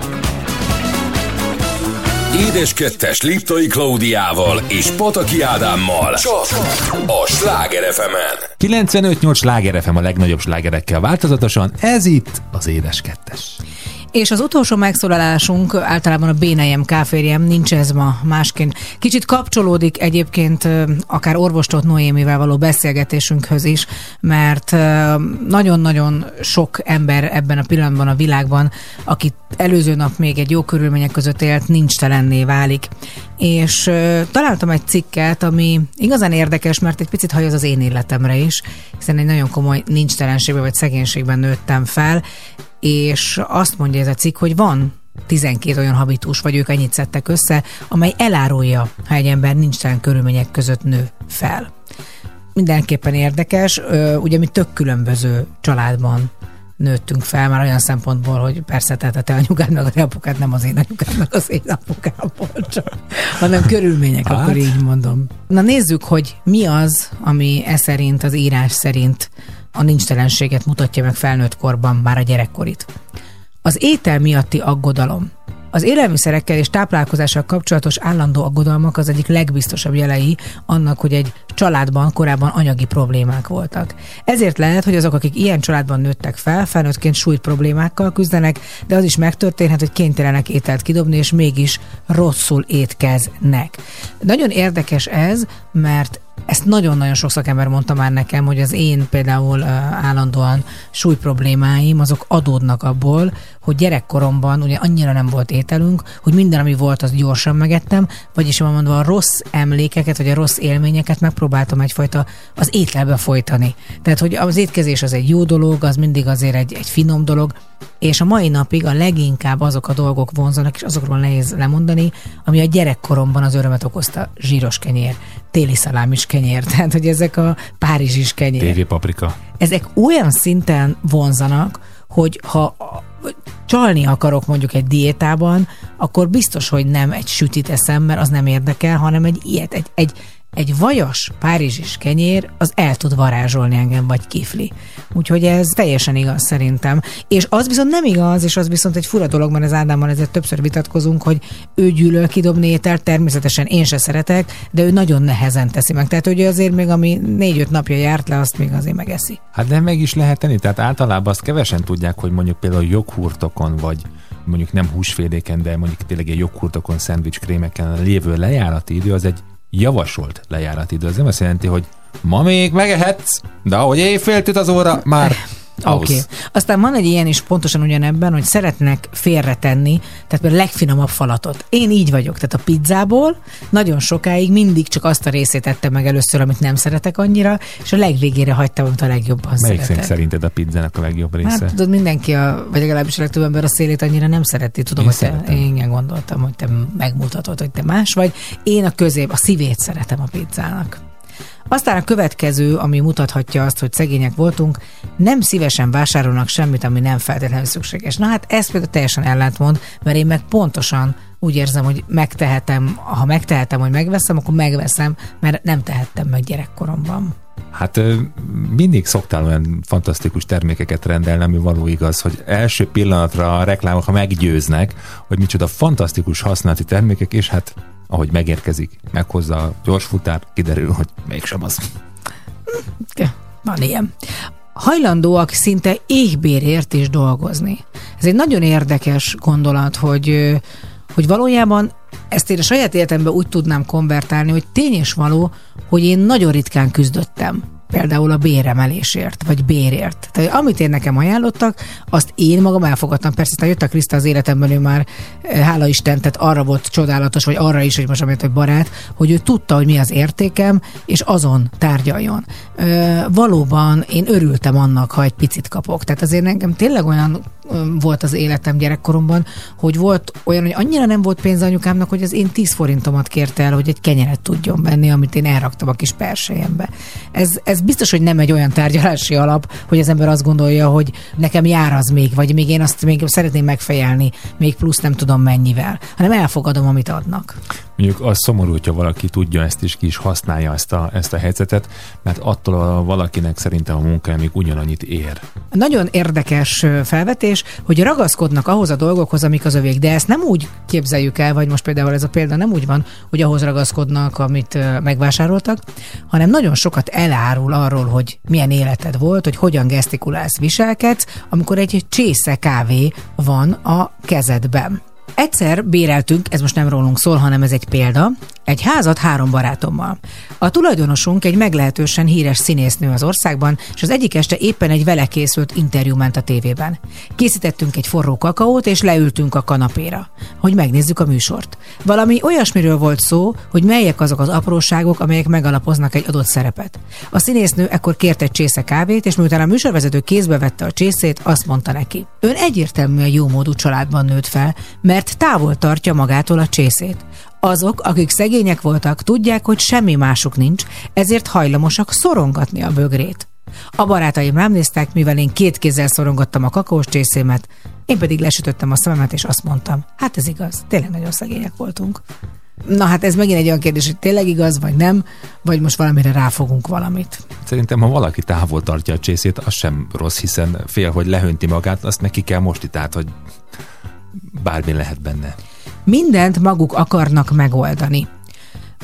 Édes Kettes Liptai Klaudiával és Pataki Ádámmal csak a Sláger FM-en. 95-8 Sláger FM a legnagyobb slágerekkel változatosan, ez itt az Édes Kettes. És az utolsó megszólalásunk általában a Bénejem Káférjem, nincs ez ma másként. Kicsit kapcsolódik egyébként akár orvostott Noémivel való beszélgetésünkhöz is, mert nagyon-nagyon sok ember ebben a pillanatban a világban, aki előző nap még egy jó körülmények között élt, nincstelenné válik. És találtam egy cikket, ami igazán érdekes, mert egy picit hajaz az én életemre is, hiszen egy nagyon komoly nincstelenségben vagy szegénységben nőttem fel, és azt mondja ez a cikk, hogy van 12 olyan habitus, vagy ők ennyit szedtek össze, amely elárulja, ha egy ember nincstelen körülmények között nő fel. Mindenképpen érdekes, ugye mi tök különböző családban nőttünk fel, már olyan szempontból, hogy persze, tehát a te anyukád meg a te apukád nem az én anyukád meg az én apukámból csak, hanem körülmények, hát? Akkor így mondom. Na nézzük, hogy mi az, ami szerint, az írás szerint a nincstelenséget mutatja meg felnőtt korban, már a gyerekkorit. Az étel miatti aggodalom. Az élelmiszerekkel és táplálkozással kapcsolatos állandó aggodalmak az egyik legbiztosabb jelei annak, hogy egy családban korábban anyagi problémák voltak. Ezért lehet, hogy azok, akik ilyen családban nőttek fel, felnőttként súlyt problémákkal küzdenek, de az is megtörténhet, hogy kénytelenek ételt kidobni, és mégis rosszul étkeznek. Nagyon érdekes ez, mert Ezt nagyon-nagyon sok szakember mondta már nekem, hogy az én például állandóan súlyproblémáim, azok adódnak abból, hogy gyerekkoromban ugye annyira nem volt ételünk, hogy minden, ami volt, azt gyorsan megettem, vagyis van mondva a rossz emlékeket, vagy a rossz élményeket megpróbáltam egyfajta az ételbe folytani. Tehát, hogy az étkezés az egy jó dolog, az mindig azért egy finom dolog, és a mai napig a leginkább azok a dolgok vonzanak, és azokról nehéz lemondani, ami a gyerekkoromban az örömet okozta: zsíros kenyér, téli szalámis kenyér, tehát hogy ezek a párizsis kenyér. TV paprika. Ezek olyan szinten vonzanak, hogy ha csalni akarok mondjuk egy diétában, akkor biztos, hogy nem egy sütit eszem, mert az nem érdekel, hanem egy ilyet, egy vajas párizsis kenyér, az el tud varázsolni engem, vagy kifli. Úgyhogy ez teljesen igaz szerintem. És az viszont nem igaz, és az viszont egy fura dolog, mert az Ádámmal ezért többször vitatkozunk, hogy ő gyűlöl kidobni ételt, természetesen én se szeretek, de ő nagyon nehezen teszi meg. Tehát, hogy azért még ami 4-5 napja járt le, azt még azért megeszi. Hát de meg is lehet tenni, tehát általában azt kevesen tudják, hogy mondjuk például joghurtokon, vagy mondjuk nem húsféléken, de mondjuk tényleg egy joghurtokon, szendvicskrémeken lévő lejárati idő, az egy javasolt lejárati idő. Az nem azt jelenti, hogy ma még megehetsz, de ahogy éjfélt üt az óra, már Oké. Aztán van egy ilyen is pontosan ugyanebben, hogy szeretnek félretenni, tehát például a legfinomabb falatot. Én így vagyok, tehát a pizzából nagyon sokáig mindig csak azt a részét ettem meg először, amit nem szeretek annyira, és a legvégére hagytam, amit a legjobban melyik szeretek. szerinted a pizzának a legjobb része? Hát tudod, mindenki, vagy legalábbis a legtöbb ember a szélét annyira nem szereti. Tudom, én gondoltam, hogy te megmutatod, hogy te más vagy. Én a szívét szeretem a pizzának. Aztán a következő, ami mutathatja azt, hogy szegények voltunk, nem szívesen vásárolnak semmit, ami nem feltétlenül szükséges. Na hát ez például teljesen ellentmond, mert én meg pontosan úgy érzem, hogy ha megtehetem, hogy megveszem, akkor megveszem, mert nem tehettem meg gyerekkoromban. Hát mindig szoktál olyan fantasztikus termékeket rendelni, ami való igaz, hogy első pillanatra a reklámok, ha meggyőznek, hogy micsoda fantasztikus használati termékek, és hát ahogy megérkezik, meghozza a gyorsfutár, kiderül, hogy mégsem az. Van ilyen. Hajlandóak szinte éhbérért is dolgozni. Ez egy nagyon érdekes gondolat, hogy valójában ezt én a saját életemben úgy tudnám konvertálni, hogy tény és való, hogy én nagyon ritkán küzdöttem. Például a béremelésért, vagy bérért. Tehát amit én nekem ajánlottak, azt én magam elfogadtam. Persze, aztán jött a Kriszta az életemben, ő már, hála Isten, tehát arra volt csodálatos, vagy arra is, hogy most amit egy barát, hogy ő tudta, hogy mi az értékem, és azon tárgyaljon. Valóban én örültem annak, ha egy picit kapok. Tehát azért nekem tényleg olyan volt az életem gyerekkoromban, hogy volt olyan, hogy annyira nem volt pénz anyukámnak, hogy az én 10 forintomat kérte el, hogy egy kenyeret tudjon venni, amit én elraktam a kis perselyembe. Ez biztos, hogy nem egy olyan tárgyalási alap, hogy az ember azt gondolja, hogy nekem jár az még, vagy még én azt még szeretném megfejelni, még plusz nem tudom mennyivel, hanem elfogadom, amit adnak. Mondjuk az szomorú, hogyha valaki tudja ezt is, ki is használja ezt a helyzetet, mert attól valakinek szerintem a munkája még ugyanannyit ér. Nagyon érdekes felvetés, hogy ragaszkodnak ahhoz a dolgokhoz, amik az övék, de ezt nem úgy képzeljük el, vagy most például ez a példa nem úgy van, hogy ahhoz ragaszkodnak, amit megvásároltak, hanem nagyon sokat elárul arról, hogy milyen életed volt, hogy hogyan gesztikulálsz, viselkedsz, amikor egy csésze kávé van a kezedben. Egyszer béreltünk, ez most nem rólunk szól, hanem ez egy példa, egy házat 3 barátommal. A tulajdonosunk egy meglehetősen híres színésznő az országban, és az egyik este éppen egy vele készült interjú ment a tévében. Készítettünk egy forró kakaót, és leültünk a kanapéra, hogy megnézzük a műsort. Valami olyasmiről volt szó, hogy melyek azok az apróságok, amelyek megalapoznak egy adott szerepet. A színésznő ekkor kért egy csésze kávét, és miután a műsorvezető kézbe vette a csészét, azt mondta neki: ön egyértelműen jómódú családban nőtt fel, mert távol tartja magától a csészét. Azok, akik szegények voltak, tudják, hogy semmi másuk nincs, ezért hajlamosak szorongatni a bögrét. A barátaim rám néztek, mivel én 2 kézzel szorongattam a kakaós csészémet, én pedig lesütöttem a szememet, és azt mondtam: hát ez igaz, tényleg nagyon szegények voltunk. Na hát ez megint egy olyan kérdés, hogy tényleg igaz, vagy nem, vagy most valamire ráfogunk valamit. Szerintem, ha valaki távol tartja a csészét, az sem rossz, hiszen fél, hogy lehönti magát, azt neki kell mosni, tehát, hogy bármi lehet benne. Mindent maguk akarnak megoldani.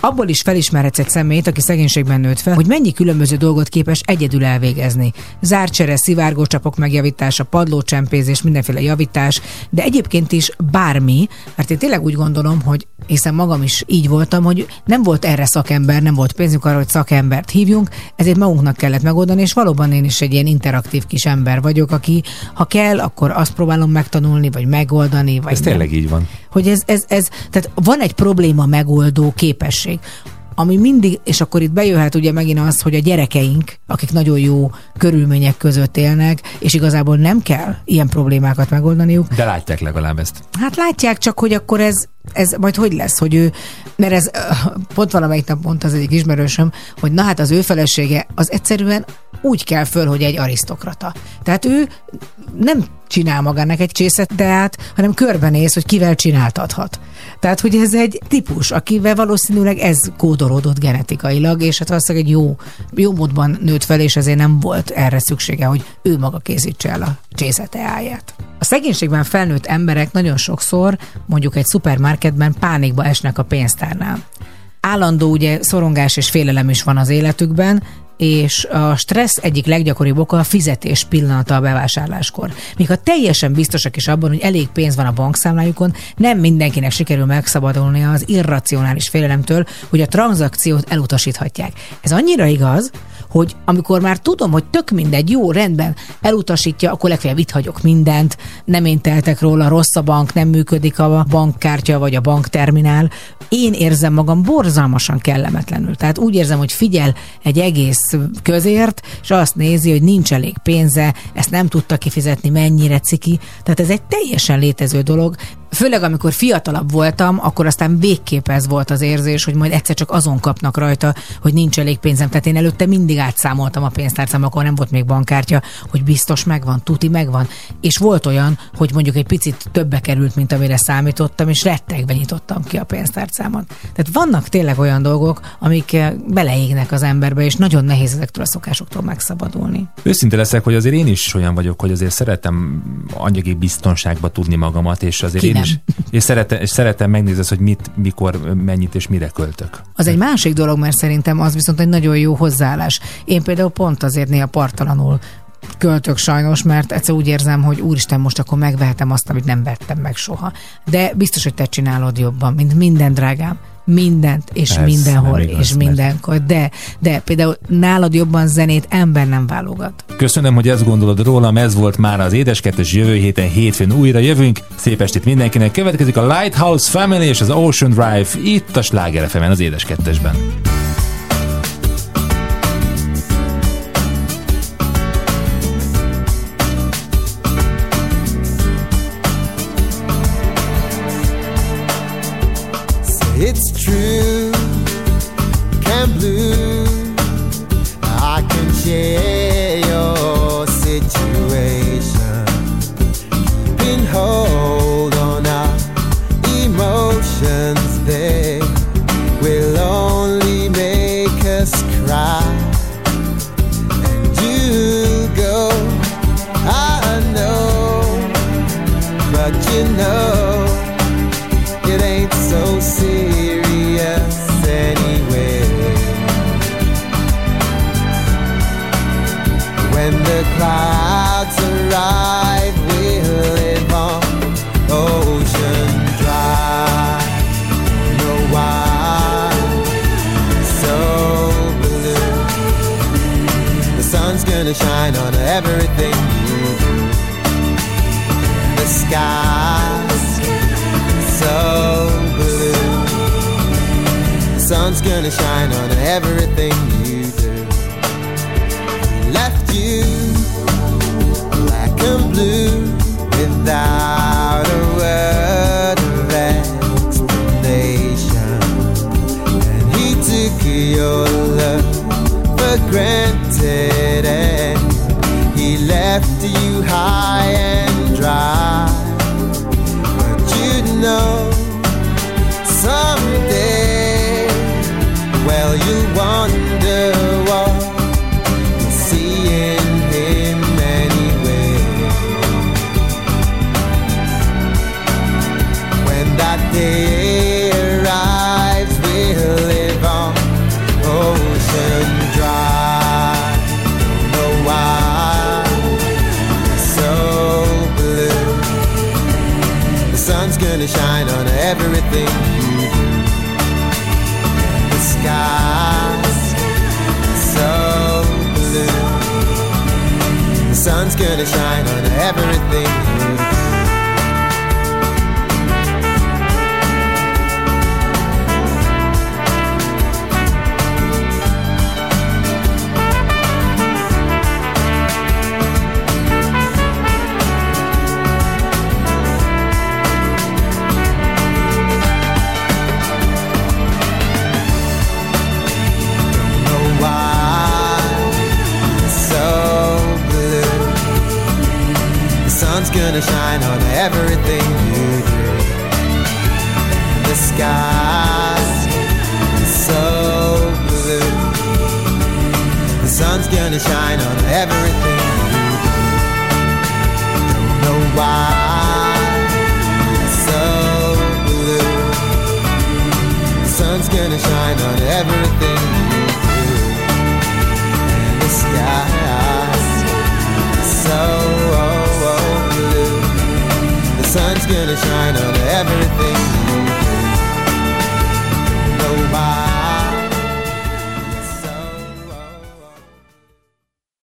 abból is felismerhetsz egy személyt, aki szegénységben nőtt fel, hogy mennyi különböző dolgot képes egyedül elvégezni. Zárcsere, szivárgócsapok megjavítása, padlócsempézés, mindenféle javítás, de egyébként is bármi, mert én tényleg úgy gondolom, hogy hiszen magam is így voltam, hogy nem volt erre szakember, nem volt pénzünk arra, hogy szakembert hívjunk, ezért magunknak kellett megoldani, és valóban én is egy ilyen interaktív kis ember vagyok, aki ha kell, akkor azt próbálom megtanulni, vagy megoldani. Vagy ez tényleg így van. Hogy tehát van egy probléma megoldó képesség, ami mindig, és akkor itt bejöhet ugye megint az, hogy a gyerekeink, akik nagyon jó körülmények között élnek, és igazából nem kell ilyen problémákat megoldaniuk. De látják legalább ezt. Hát látják, csak hogy akkor ez majd hogy lesz, hogy ő, mert ez pont valamelyik nap mondta az egyik ismerősöm, hogy na hát az ő felesége az egyszerűen úgy kell föl, hogy egy arisztokrata. Tehát ő nem csinál magának egy csészetteát, hanem körbenéz, hogy kivel csináltathat. Tehát, hogy ez egy típus, akivel valószínűleg ez kódolódott genetikailag, és hát valószínűleg egy jó módban nőtt fel, és ezért nem volt erre szüksége, hogy ő maga készítse el a csészetteáját. A szegénységben felnőtt emberek nagyon sokszor, mondjuk egy szupermarketben pánikba esnek a pénztárnál. Állandó ugye szorongás és félelem is van az életükben, és a stressz egyik leggyakoribb oka a fizetés pillanata a bevásárláskor. Míg ha teljesen biztosak is abban, hogy elég pénz van a bankszámlájukon, nem mindenkinek sikerül megszabadulnia az irracionális félelemtől, hogy a tranzakciót elutasíthatják. Ez annyira igaz, hogy amikor már tudom, hogy tök mindegy, jó, rendben, elutasítja, akkor legfeljebb itt hagyok mindent, nem én teltek róla, rossz a bank, nem működik a bankkártya vagy a bankterminál. Én érzem magam borzalmasan kellemetlenül. Tehát úgy érzem, hogy figyel egy egész közért, és azt nézi, hogy nincs elég pénze, ezt nem tudta kifizetni, mennyire ciki. Tehát ez egy teljesen létező dolog. Főleg amikor fiatalabb voltam, akkor aztán végképp ez volt az érzés, hogy majd egyszer csak azon kapnak rajta, hogy nincs elég pénzem. Tehát én előtte mindig átszámoltam a pénztárcám, akkor nem volt még bankkártya, hogy biztos megvan, tuti megvan. És volt olyan, hogy mondjuk egy picit többe került, mint amire számítottam, és rettegve nyitottam ki a pénztárcámat. Tehát vannak tényleg olyan dolgok, amik beleégnek az emberbe, és nagyon nehéz ezektől a szokásoktól megszabadulni. Őszinte leszek, hogy azért én is olyan vagyok, hogy azért szeretem anyagi biztonságba tudni magamat, és azért és szeretem megnézni, hogy mit, mikor, mennyit és mire költök. Az egy másik dolog, mert szerintem az viszont egy nagyon jó hozzáállás. Én például pont azért néha parttalanul költök sajnos, mert egyszer úgy érzem, hogy úristen, most akkor megvehetem azt, amit nem vettem meg soha. De biztos, hogy te csinálod jobban, mint minden, drágám. Mindent, és ez mindenhol, és mindenkor. De például nálad jobban zenét ember nem válogat. Köszönöm, hogy ezt gondolod rólam, ez volt már az Édes Kettes, jövő héten hétfőn újra jövünk. Szép estét mindenkinek, következik a Lighthouse Family és az Ocean Drive itt a Sláger FM-en, az Édes Kettesben. It's true, can blue, I can share your situation. Keeping hold on our emotions, they will only make us cry. And you go, I know, but you know, it ain't so serious anyway. When the clouds arrive, we'll live on Ocean Drive. Know why so blue? The sun's gonna shine on everything you do. The sky's so blue. The sun's gonna shine on everything you do. He left you black and blue without a word of explanation. And he took your love for granted, and he left you high and dry. Know someday, well, you'll wonder what you see in him anyway. When that day arrives, we'll live sun's gonna shine on everything you do. The sky's so blue. The sun's gonna shine on everything you do. Gonna shine on everything you do. The sky's so blue. The sun's gonna shine on everything you do. Don't know why it's so blue. The sun's gonna shine on everything you do. And the sky's so sun's gonna shine on